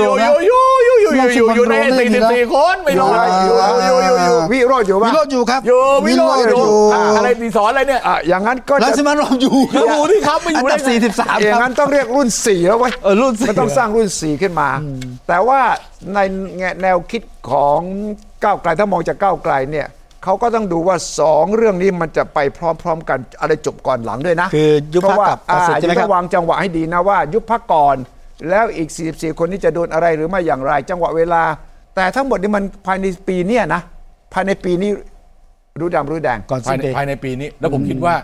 อยู่ใน44คนไม่รอดอยู่วิโรจน์อยู่ป่ะวิโรจน์อยู่ครับวิโรจน์อยู่อะไรตีสอนอะไรเนี่ยอย่างนั้นก็รังสิมันต์โรมอยู่ที่ครับไม่อยู่ใน43 อย่างนั้นต้องเรียกรุ่น4แล้วเว้ยรุ่น4 มันต้องสร้างรุ่น4ขึ้นมาแต่ว่าในแนวคิดของก้าวไกลถ้ามองจากก้าวไกลเนี่ยเขาก็ต้องดูว่า2เรื่องนี้มันจะไปพร้อมๆกันอะไรจบก่อนหลังด้วยนะคือยุบพรรคกับตัดสิทธิ์ใช่ไหมครับวางจังหวะให้ดีนะว่ายุบพรรคก่อนแล้วอีก44คนนี้จะโดนอะไรหรือไม่อย่างไรจังหวะเวลาแต่ทั้งหมดนี้มันภายในปีนี้นะภายในปีนี้รู้ดำรู้แดงก่อนภายในปีนี้แล้วผมคิดว่า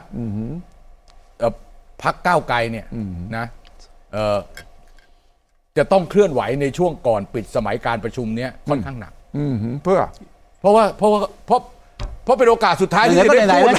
พรรคก้าวไกลเนี่ยนะจะต้องเคลื่อนไหวในช่วงก่อนปิดสมัยการประชุมเนี้ยค่อนข้างหนักเพราะเป็นโอกาสสุดท้ายที่จะได้พูด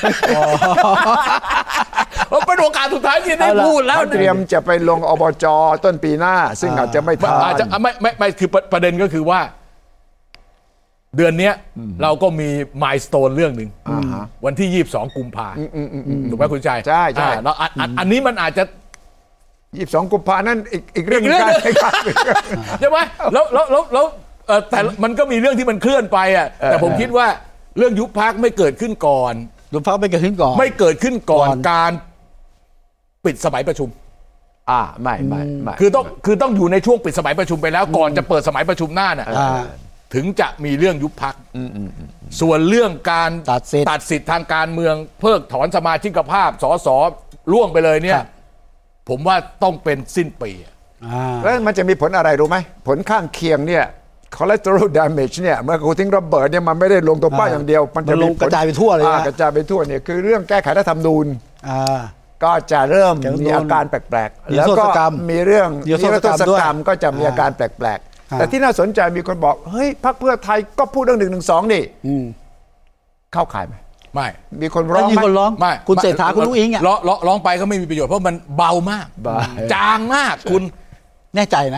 เป็นโอกาสสุดท้ายที่ได้พูดแล้วเตรียมจะไปลงอบจ.ต้นปีหน้าซึ่งอาจจะไม่ทันอาจจะไม่คือประเด็นก็คือว่าเดือนนี้เราก็มีมายสโตนเรื่องหนึ่งวันที่22กุมภาพันธ์ถูกไหมคุณชัยใช่แล้วอันนี้มันอาจจะ 22กุมภาพันธ์นั้นอีกเรื่องนึงใช่ไหมแล้วแต่มันก็มีเรื่องที่มันเคลื่อนไปอ่ะแต่ผมคิดว่าเรื่องยุบพรรคไม่เกิดขึ้นก่อนยุบพรรคไม่เกิดขึ้นก่อนการปิดสมัยประชุมไม่คือต้องอยู่ในช่วงปิดสมัยประชุมไปแล้วก่อนจะเปิดสมัยประชุมหน้าน่ะถึงจะมีเรื่องยุบพรรคส่วนเรื่องการตัดสิทธิ์ทางการเมืองเพิกถอนสมาชิกภาพสสล่วงไปเลยเนี่ยผมว่าต้องเป็นสิ้นปีแล้วมันจะมีผลอะไรรู้ไหมผลข้างเคียงเนี่ยcollateral damage เนี่ยเมื่อกูทิ้งระเบิดเนี่ยมันไม่ได้ลงตรงป้ายอย่างเดียวมันจะลงกระจายไปทั่วเลยกระจายไปทั่วเนี่ยคือเรื่องแก้ไขรัฐธรรมนูญก็จะเริ่มมีอาการแปลกๆแล้วก็มีเรื่องนิรโทษกรรมก็จะมีอาการแปลกๆแต่ที่น่าสนใจมีคนบอกเฮ้ยพรรคเพื่อไทยก็พูดเรื่อง112นี่เข้าข่ายไหมไม่มีคนร้องไม่คุณเศรษฐาคุณนุ้งอิงร้องไปก็ไม่มีประโยชน์เพราะมันเบามากจางมากคุณแน่ใจนะ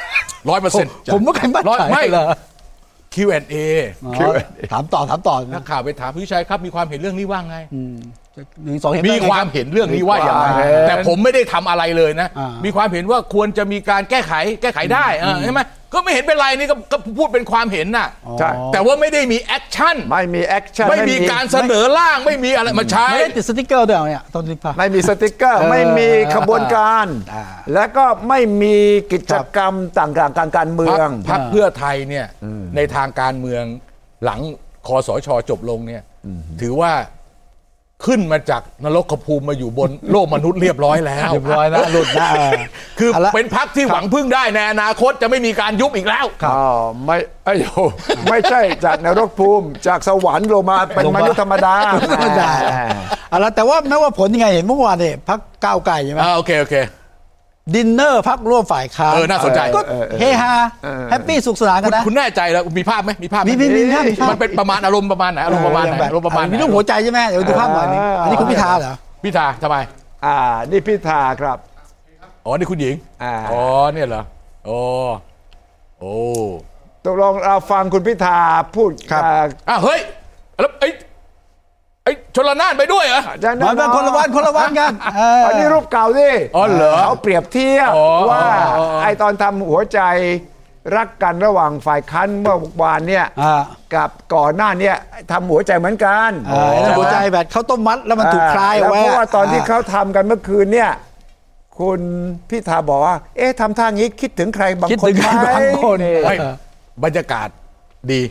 100% ผมไม่เคยมั่นใจเลย Q&A ถามต่อนักข่าวไปถามพี่ชัยครับมีความเห็นเรื่องนี้ว่าไงมีความเห็นเรื่องนี้ว่าอย่างไรแต่ผมไม่ได้ทำอะไรเลยนะมีความเห็นว่าควรจะมีการแก้ไขได้ใช่ไหมก็ไม่เห็นเป็นไรนี่ก็พูดเป็นความเห็นน่ะแต่ว่าไม่ได้มีแอคชั่นไม่มีแอคชั่นไม่มีการเสนอร่างไม่มีอะไรมาใช้ไม่ได้ติดสติ๊กเกอร์ด้วยเนี่ยตอนนี้ไม่มีสติ๊กเกอร์ไม่มีขบวนการและก็ไม่มีกิจกรรมต่างๆการเมืองพรรคเพื่อไทยเนี่ยในทางการเมืองหลังคสช.จบลงเนี่ยถือว่าขึ้นมาจากนรกภูมิมาอยู่บนโลกมนุษย์เรียบร้อยแล้วเรียบร้อยนะหลุดนะคือเป็นพรรคที่หวังพึ่งได้ในอนาคตจะไม่มีการยุบอีกแล้วไม่ใช่จากนรกภูมิจากสวรรค์ลงมาเป็นมนุษย์ธรรมดาแต่ว่าไม่ว่าผลยังไงเห็นเมื่อวานเนี่ยพรรคก้าวไกลใช่ไหมโอเคดินเนอร์พรรคร่วมฝ่ายค้านน่าสนใจก็เฮฮาแฮปปี้สุขสนานกันนะคุณแน่ใจแล้วมีภาพไหมมีภาพมันเป็นประมาณอารมณ์ประมาณไหนมีรูปหัวใจใช่ไหมเดี๋ยวดูภาพหน่อยอันนี้คุณพิธาเหรอพิธาทำไมนี่พิธาครับนี่คุณหญิงเนี่ยเหรอโอ้ตกลงเราฟังคุณพิธาพูดเฮ้ยแล้วไอ้ชลนานไปด้วยเหรอมันเป็นคนละวันกันอันนี้รูปเก่าสิเหรอเขาเปรียบเทียบว่าไอตอนทำหัวใจรักกันระหว่างฝ่ายค้านเมื่อวานเนี่ยกับก่อนหน้านี้ทำหัวใจเหมือนกันหัวใจแบบเขาต้มมัดแล้วมันถูกคลายเอาไว้เพราะว่าตอนที่เขาทำกันเมื่อคืนเนี่ยคุณพิธาบอกว่าทำท่างี้คิดถึงใครบางคนไหมบรรยากาศดี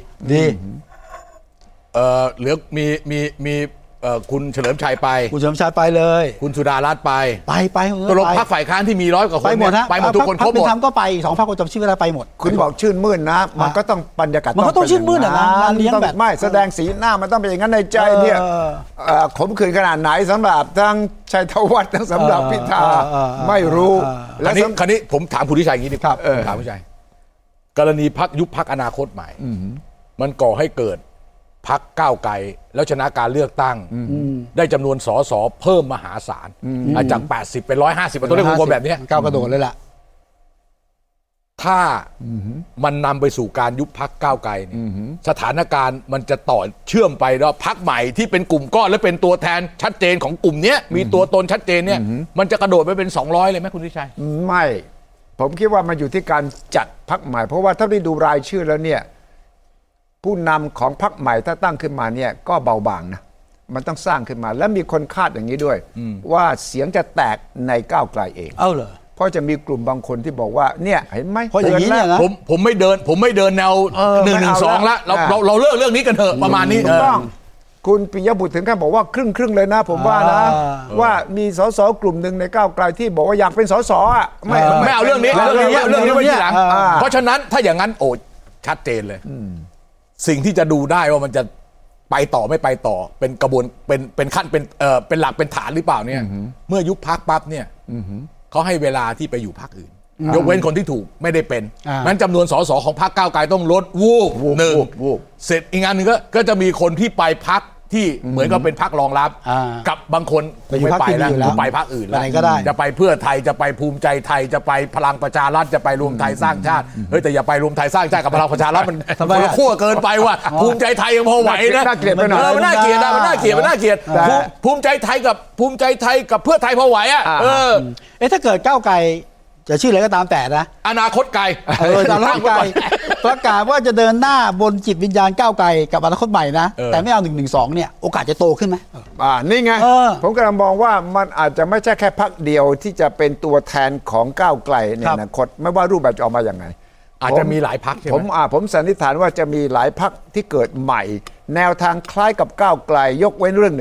เหลือมีคุณเฉลิมชัยไปคุณเฉลิมชัยไปเลยคุณสุดารัตน์ไปตกลงพรรคฝ่ายค้านที่มี100 กว่าคนไปหมดทุกคนครบหมดทำก็ไป2 พรรคจำชื่อเวลาไปหมดคุณบอกชื่นมื่นนะมันก็ต้องบรรยากาศมันก็ต้องชื่นมื่นนะงานเลี้ยงแบบไม่แสดงสีหน้ามันต้องเป็นอย่างนั้นในใจเนี่ยขมขื่นขนาดไหนสำหรับทั้งชัยธวัฒน์ทั้งสำหรับพิธาไม่รู้แล้วคราวนี้ผมถามคุณวิชัยอย่างนี้ดิครับถามวิชัยกรณีพรรคยุบพรรคอนาคตใหม่มันก่อให้เกิดพรรคก้าวไกลแล้วชนะการเลือกตั้งได้จำนวนสสเพิ่มมหาศาลจาก80เป็น150ตัวเลขกลมๆแบบนี้ก้าวกระโดดเลยล่ะถ้ามันนำไปสู่การยุบพรรคก้าวไกลสถานการณ์มันจะต่อเชื่อมไปแล้วพรรคใหม่ที่เป็นกลุ่มก้อนและเป็นตัวแทนชัดเจนของกลุ่มนี้มีตัวตนชัดเจนเนี่ยมันจะกระโดดไปเป็น200เลยไหมคุณวิชัยไม่ผมคิดว่ามันอยู่ที่การจัดพรรคใหม่เพราะว่าถ้าได้ดูรายชื่อแล้วเนี่ยผู้นำของพรรคใหม่ถ้าตั้งขึ้นมาเนี่ยก็เบาบางนะมันต้องสร้างขึ้นมาและมีคนคาดอย่างนี้ด้วยว่าเสียงจะแตกในก้าวไกลเองเหรอเพราะจะมีกลุ่มบางคนที่บอกว่าเนี่ยเห็นไหมเพราะอย่างนี้เนี่ยนะผมไม่เดินแนว112แล้วเราเลิกเรื่องนี้กันเถอะประมาณนี้ถูกต้องคุณปิยบุตรถึงขั้นบอกว่าครึ่งเลยนะผมว่านะว่ามีสสกลุ่มหนึ่งในก้าวไกลที่บอกว่าอยากเป็นสสอ่ะไม่เอาเรื่องนี้ไว้ทีหลังเพราะฉะนั้นถ้าอย่างนั้นโอ้ชัดเจนเลยสิ่งที่จะดูได้ว่ามันจะไปต่อไม่ไปต่อเป็นกระบวนเป็นขั้นเป็นหลักเป็นฐานหรือเปล่าเนี่ยเมื่อยุบพรรคปั๊บเนี่ยเขาให้เวลาที่ไปอยู่พรรคอื่นยกเว้นคนที่ถูกไม่ได้เป็นนั้นจำนวนสสของพรรคก้าวไกลต้องลดวูบหนึ่งเสร็จอีกงานหนึ่งก็จะมีคนที่ไปพรรคที่เหมือนกับเป็นพรรครองรับกับบางคนไม่ไปแล้วไปพรรคอื่นแล้วจะไปเพื่อไทยจะไปภูมิใจไทยจะไปพลังประชารัฐจะไปรวมไทยสร้างชาติแต่อย่าไปรวมไทยสร้างชาติกับพลังประชารัฐมันคนละขั้วเกินไปว่าภูมิใจไทยยังพอไหวนะน่าเกลียดไปหน่อยมันน่าเกลียดภูมิใจไทยกับเพื่อไทยพอไหวถ้าเกิดก้าวไกลจะชื่ออะไรก็ตามแต่นะอนาคตไกลอนาคตไกลประกาศว่าจะเดินหน้าบนจิตวิญญาณก้าวไกลกับอนาคตใหม่นะแต่ไม่เอา112เนี่ยโอกาสจะโตขึ้นไหมนี่ไงผมกำลังมองว่ามันอาจจะไม่ใช่แค่พรรคเดียวที่จะเป็นตัวแทนของก้าวไกลในอนาคตไม่ว่ารูปแบบจะออกมาอย่างไงอาจจะมีหลายพรรคใช่ไหมผมสันนิษฐานว่าจะมีหลายพรรคที่เกิดใหม่แนวทางคล้ายกับก้าวไกลยกเว้นเรื่อง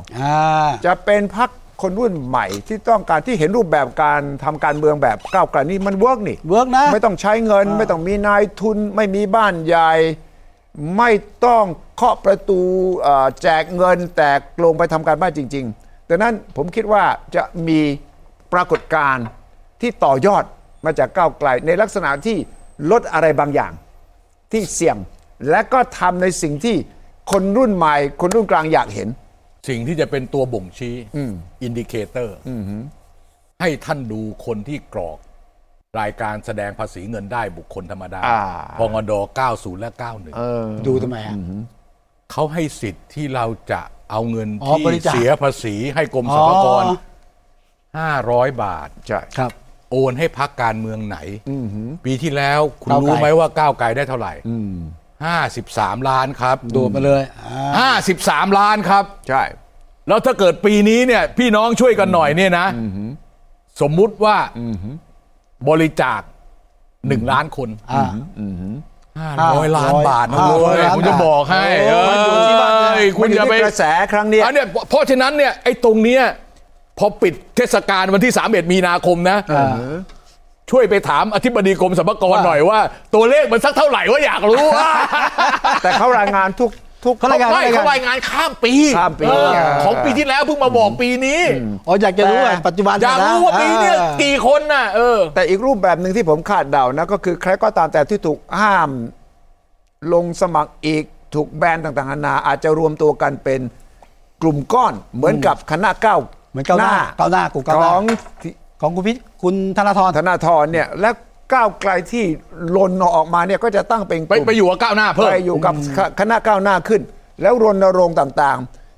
112จะเป็นพรรคคนรุ่นใหม่ที่ต้องการที่เห็นรูปแบบการทำการเมืองแบบก้าวไกลนี่มันเวิร์กนะไม่ต้องใช้เงินไม่ต้องมีนายทุนไม่มีบ้านใหญ่ไม่ต้องเคาะประตูแจกเงินแต่ลงไปทำการบ้านจริงๆดังนั้นผมคิดว่าจะมีปรากฏการณ์ที่ต่อยอดมาจากก้าวไกลในลักษณะที่ลดอะไรบางอย่างที่เสี่ยงและก็ทำในสิ่งที่คนรุ่นใหม่คนรุ่นกลางอยากเห็นสิ่งที่จะเป็นตัวบ่งชี้อินดิเคเตอร์ให้ท่านดูคนที่กรอกรายการแสดงภาษีเงินได้บุคคลธรรมดาพงด90และ91 ดูทำไมเขาให้สิทธิ์ที่เราจะเอาเงินที่เสียภาษีให้กรมสรรพากร500 บาทใช่ครับโอนให้พรรคการเมืองไหนปีที่แล้วคุณรู้ไหมว่าก้าวไกลได้เท่าไหร่53 ล้านครับโดดมาเลย 53 ล้านครับใช่แล้วถ้าเกิดปีนี้เนี่ยพี่น้องช่วยกันหน่อยเนี่ยนะสมมุติว่าบริจาค1 ล้านคน500 ล้านบาทนะเว้ยคุณจะบอกให้คุณจะไปกระแสครั้งนี้เนี่ยเพราะฉะนั้นเนี่ยไอ้ตรงเนี้ยพอปิดเทศกาลวันที่31 มีนาคมนะช่วยไปถามอธิบดีกรมสรรพากรหน่อยว่าตัวเลขมันสักเท่าไหร่ว่าอยากรู้แต่เขารายงานทุกเขารายงานข้ามปีของปีที่แล้วเพิ่งมาบอกปีนี้อยากจะรู้ว่าปัจจุบันอยากรู้ว่าปีนี้กี่คนน่ะแต่อีกรูปแบบหนึ่งที่ผมคาดเดานะก็คือใครก็ตามแต่ที่ถูกห้ามลงสมัครอีกถูกแบนต่างๆนานาอาจจะรวมตัวกันเป็นกลุ่มก้อนเหมือนกับคณะก้าวหน้ากลุ่มของคุณธนาธรเนี่ยและก้าวไกลที่ลนออกมาเนี่ยก็จะตั้งเป็นไปอยู่กับก้าวหน้าเพิ่มไปอยู่กับคณะก้าวหน้าขึ้นแล้วรณรงค์ต่าง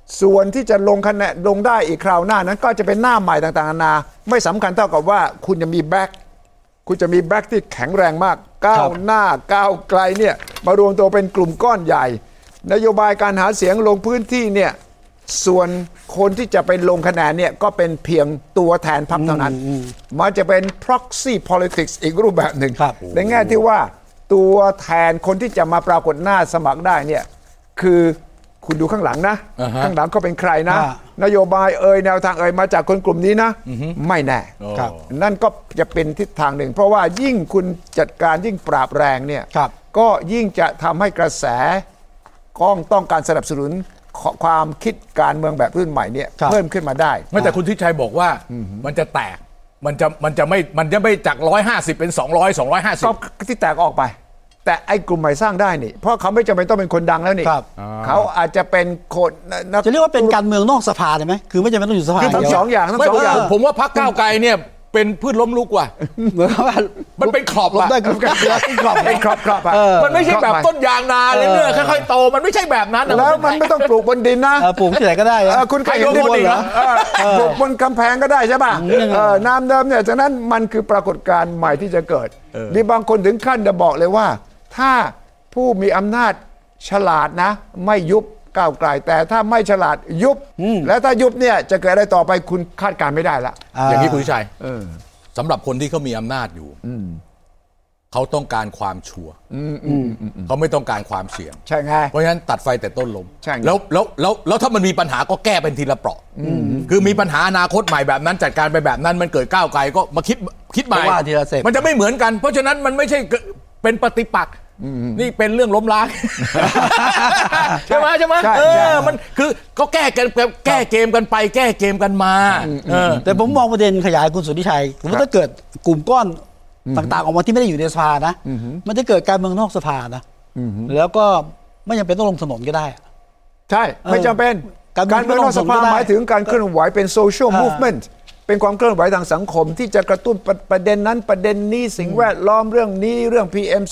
ส่วนที่จะลงคะแนนลงได้อีกคราวหน้านั้นก็จะเป็นหน้าใหม่ต่างๆนานาไม่สำคัญเท่ากับว่าคุณจะมีแบ็คที่แข็งแรงมากก้าวหน้าก้าวไกลเนี่ยมารวมตัวเป็นกลุ่มก้อนใหญ่นโยบายการหาเสียงลงพื้นที่เนี่ยส่วนคนที่จะไปลงคะแนนเนี่ยก็เป็นเพียงตัวแทนพรรคเท่านั้นมันจะเป็น proxy politics อีกรูปแบบหนึ่งในแง่ที่ว่าตัวแทนคนที่จะมาปรากฏหน้าสมัครได้เนี่ยคือคุณดูข้างหลังนะข้างหลังเขาเป็นใครนะนโยบายแนวทางมาจากคนกลุ่มนี้นะไม่แน่นั่นก็จะเป็นทิศทางหนึ่งเพราะว่ายิ่งคุณจัดการยิ่งปราบแรงเนี่ยก็ยิ่งจะทำให้กระแสต้องการสนับสนุนความคิดการเมืองแบบรุ่นใหม่เนี่ยเพิ่มขึ้นมาได้แต่คุณทิชัยบอกว่ามันจะแตกมันจะไม่จาก150เป็น200 250 ก็ที่แตกออกไปแต่ไอ้กลุ่มใหม่สร้างได้นี่เพราะเขาไม่จำเป็นต้องเป็นคนดังแล้วนี่เขาอาจจะเป็นคนจะเรียกว่าเป็นการเมืองนอกสภาได้ไหมคือไม่จำเป็นต้องอยู่สภาทั้งสองอย่างผมว่าพรรคก้าวไกลเนี่ยเป็นพืชล้มลุกว่ะเหมือนว่ามันเป็นขอบล้มได้เป็นขอบมันไม่ใช่แบบต้นยางนาเลยเนี่ยค่อยๆโตมันไม่ใช่แบบนั้นแล้วมันไม่ต้องปลูกบนดินนะปลูกที่ไหนก็ได้คุณเคยเห็นที่บนเหรอปลูกบนกำแพงก็ได้ใช่ป่ะน้ำเดิมเนี่ยฉะนั้นมันคือปรากฏการณ์ใหม่ที่จะเกิดมีบางคนถึงขั้นจะบอกเลยว่าถ้าผู้มีอำนาจฉลาดนะไม่ยุบก้าวไกลแต่ถ้าไม่ฉลาดยุบแล้วถ้ายุบเนี่ยจะเกิดอะไรต่อไปคุณคาดการไม่ได้ละอย่างนี้คุณชัยสำหรับคนที่เขามีอำนาจอยู่เขาต้องการความชัวร์เขาไม่ต้องการความเสี่ยงใช่ไงเพราะฉะนั้นตัดไฟแต่ต้นลมใช่แล้วถ้ามันมีปัญหาก็แก้เป็นทีละเปราะคือมีปัญหาอนาคตใหม่แบบนั้นจัดการไปแบบนั้นมันเกิดก้าวไกลก็มาคิดใหม่มันจะไม่เหมือนกันเพราะฉะนั้นมันไม่ใช่เป็นปฏิปักษ์นี่เป็นเรื่องล้มล้างใช่ไหมมันคือก็แก้เกมกันไปแก้เกมกันมาแต่ผมมองประเด็นขยายคุณสุทธิชัยผมว่าถ้าเกิดกลุ่มก้อนต่างๆออกมาที่ไม่ได้อยู่ในสภานะมันจะเกิดการเมืองนอกสภานะแล้วก็ไม่จำเป็นต้องลงถนนก็ได้ใช่ไม่จำเป็นการเมืองนอกสภาหมายถึงการเคลื่อนไหวเป็น social movement เป็นความเคลื่อนไหวทางสังคมที่จะกระตุ้นประเด็นนั้นประเด็นนี้สิ่งแวดล้อมเรื่องนี้เรื่อง PM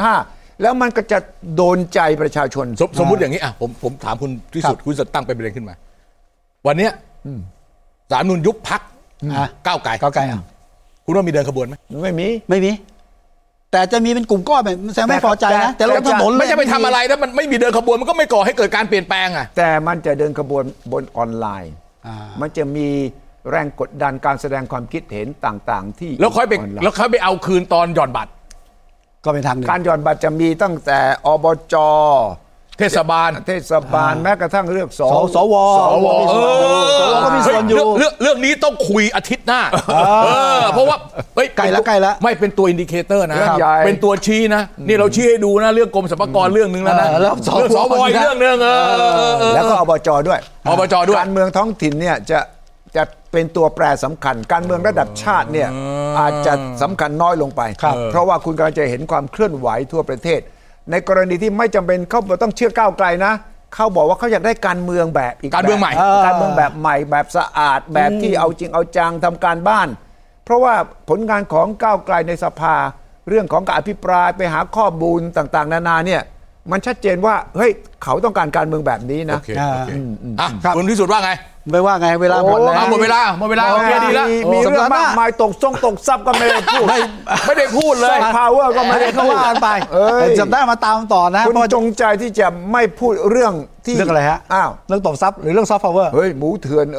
2.5 แล้วมันก็จะโดนใจประชาชนสมมุติอย่างนี้ผมถามคุณที่สุดคุณจะตั้งเป็นประเด็นขึ้นมาวันนี้ศาลรัฐธรรมนูญยุบพรรคก้าวไกลคุณว่ามีเดินขบวนไหมไม่มีแต่จะมีเป็นกลุ่มก้อนแบบแสดงไม่พอใจนะแต่ลงถนนไม่ใช่ไปทำอะไรแล้วมันไม่มีเดินขบวนมันก็ไม่ก่อให้เกิดการเปลี่ยนแปลงอ่ะแต่มันจะเดินขบวนบนออนไลน์มันจะมีแรงกดดันการแสดงความคิดเห็นต่างๆที่แล้วค่อยไปเอาคืนตอนหย่อนบัตรก็เป็นทางนึงการหย่อนบัตรจะมีตั้งแต่อบจ.เทศบาลแม้กระทั่งเลือกสวก็มีส่วนอยู่เรื่องนี้ต้องคุยอาทิตย์หน้าเพราะว่าใกล้แล้วไม่เป็นตัวอินดิเคเตอร์นะเป็นตัวชี้นะนี่เราชี้ให้ดูนะเรื่องกรมสรรพากรเรื่องนึงแล้วนะเรื่องสวอีกเรื่องนึงแล้วก็อบจ.ด้วยการเมืองท้องถิ่นเนี่ยจะเป็นตัวแปรสำคัญการเมืองระดับชาติเนี่ยอาจจะสำคัญน้อยลงไปเพราะว่าคุณกำลังจะเห็นความเคลื่อนไหวทั่วประเทศในกรณีที่ไม่จำเป็นเขาต้องเชื่อก้าวไกลนะเขาบอกว่าเขาอยากได้การเมืองแบบอีกการเมืองใหม่การเมืองแบบใหม่แบบสะอาดแบบที่เอาจริงเอาจังทำการบ้านเพราะว่าผลงานของก้าวไกลในสภาเรื่องของการอภิปรายไปหาข้อมูลต่างๆนานาเนี่ยมันชัดเจนว่าเฮ้ยเขาต้องการการเมืองแบบนี้นะคุณพิสุทธิ์ว่าไงไม่ว่าไงเวลาหมดแล้วหมดเวลาโอเคดีแล้วมีเรื่องมากมายตกซับก็ไม่ได้พูดไม่ได้พูดเลยพาวเวอร์ก็ไม่ได้เขาว่ากันไปจำได้มาตามต่อนะคุณจงใจที่จะไม่พูดเรื่องที่เรื่องอะไรฮะเรื่องตบซับหรือเรื่องซอฟต์พาวเวอร์เฮ้ยหมูเถื่อน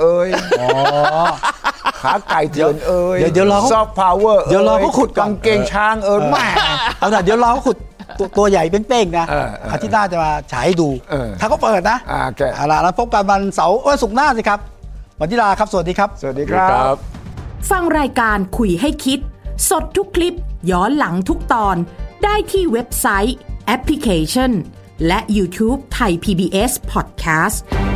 ขาไก่เถื่อนเดี๋ยวรอซอฟต์พาวเวอร์เดี๋ยวรอเขาขุดกางเกงช้างแม่เอาแต่เดี๋ยวรอเขาขุดตัวใหญ่เป็นเป้งนะอาทิตย์หน้าจะมาฉายให้ดูถ้าเขาเปิดนะเอาล่ะแล้วพบกันวันเสาร์ศุกร์หน้าสิครับวันที่ลาครับสวัสดีครับสวัสดีครับฟังรายการคุยให้คิดสดทุกคลิปย้อนหลังทุกตอนได้ที่เว็บไซต์แอปพลิเคชันและ YouTube ไทย PBS Podcast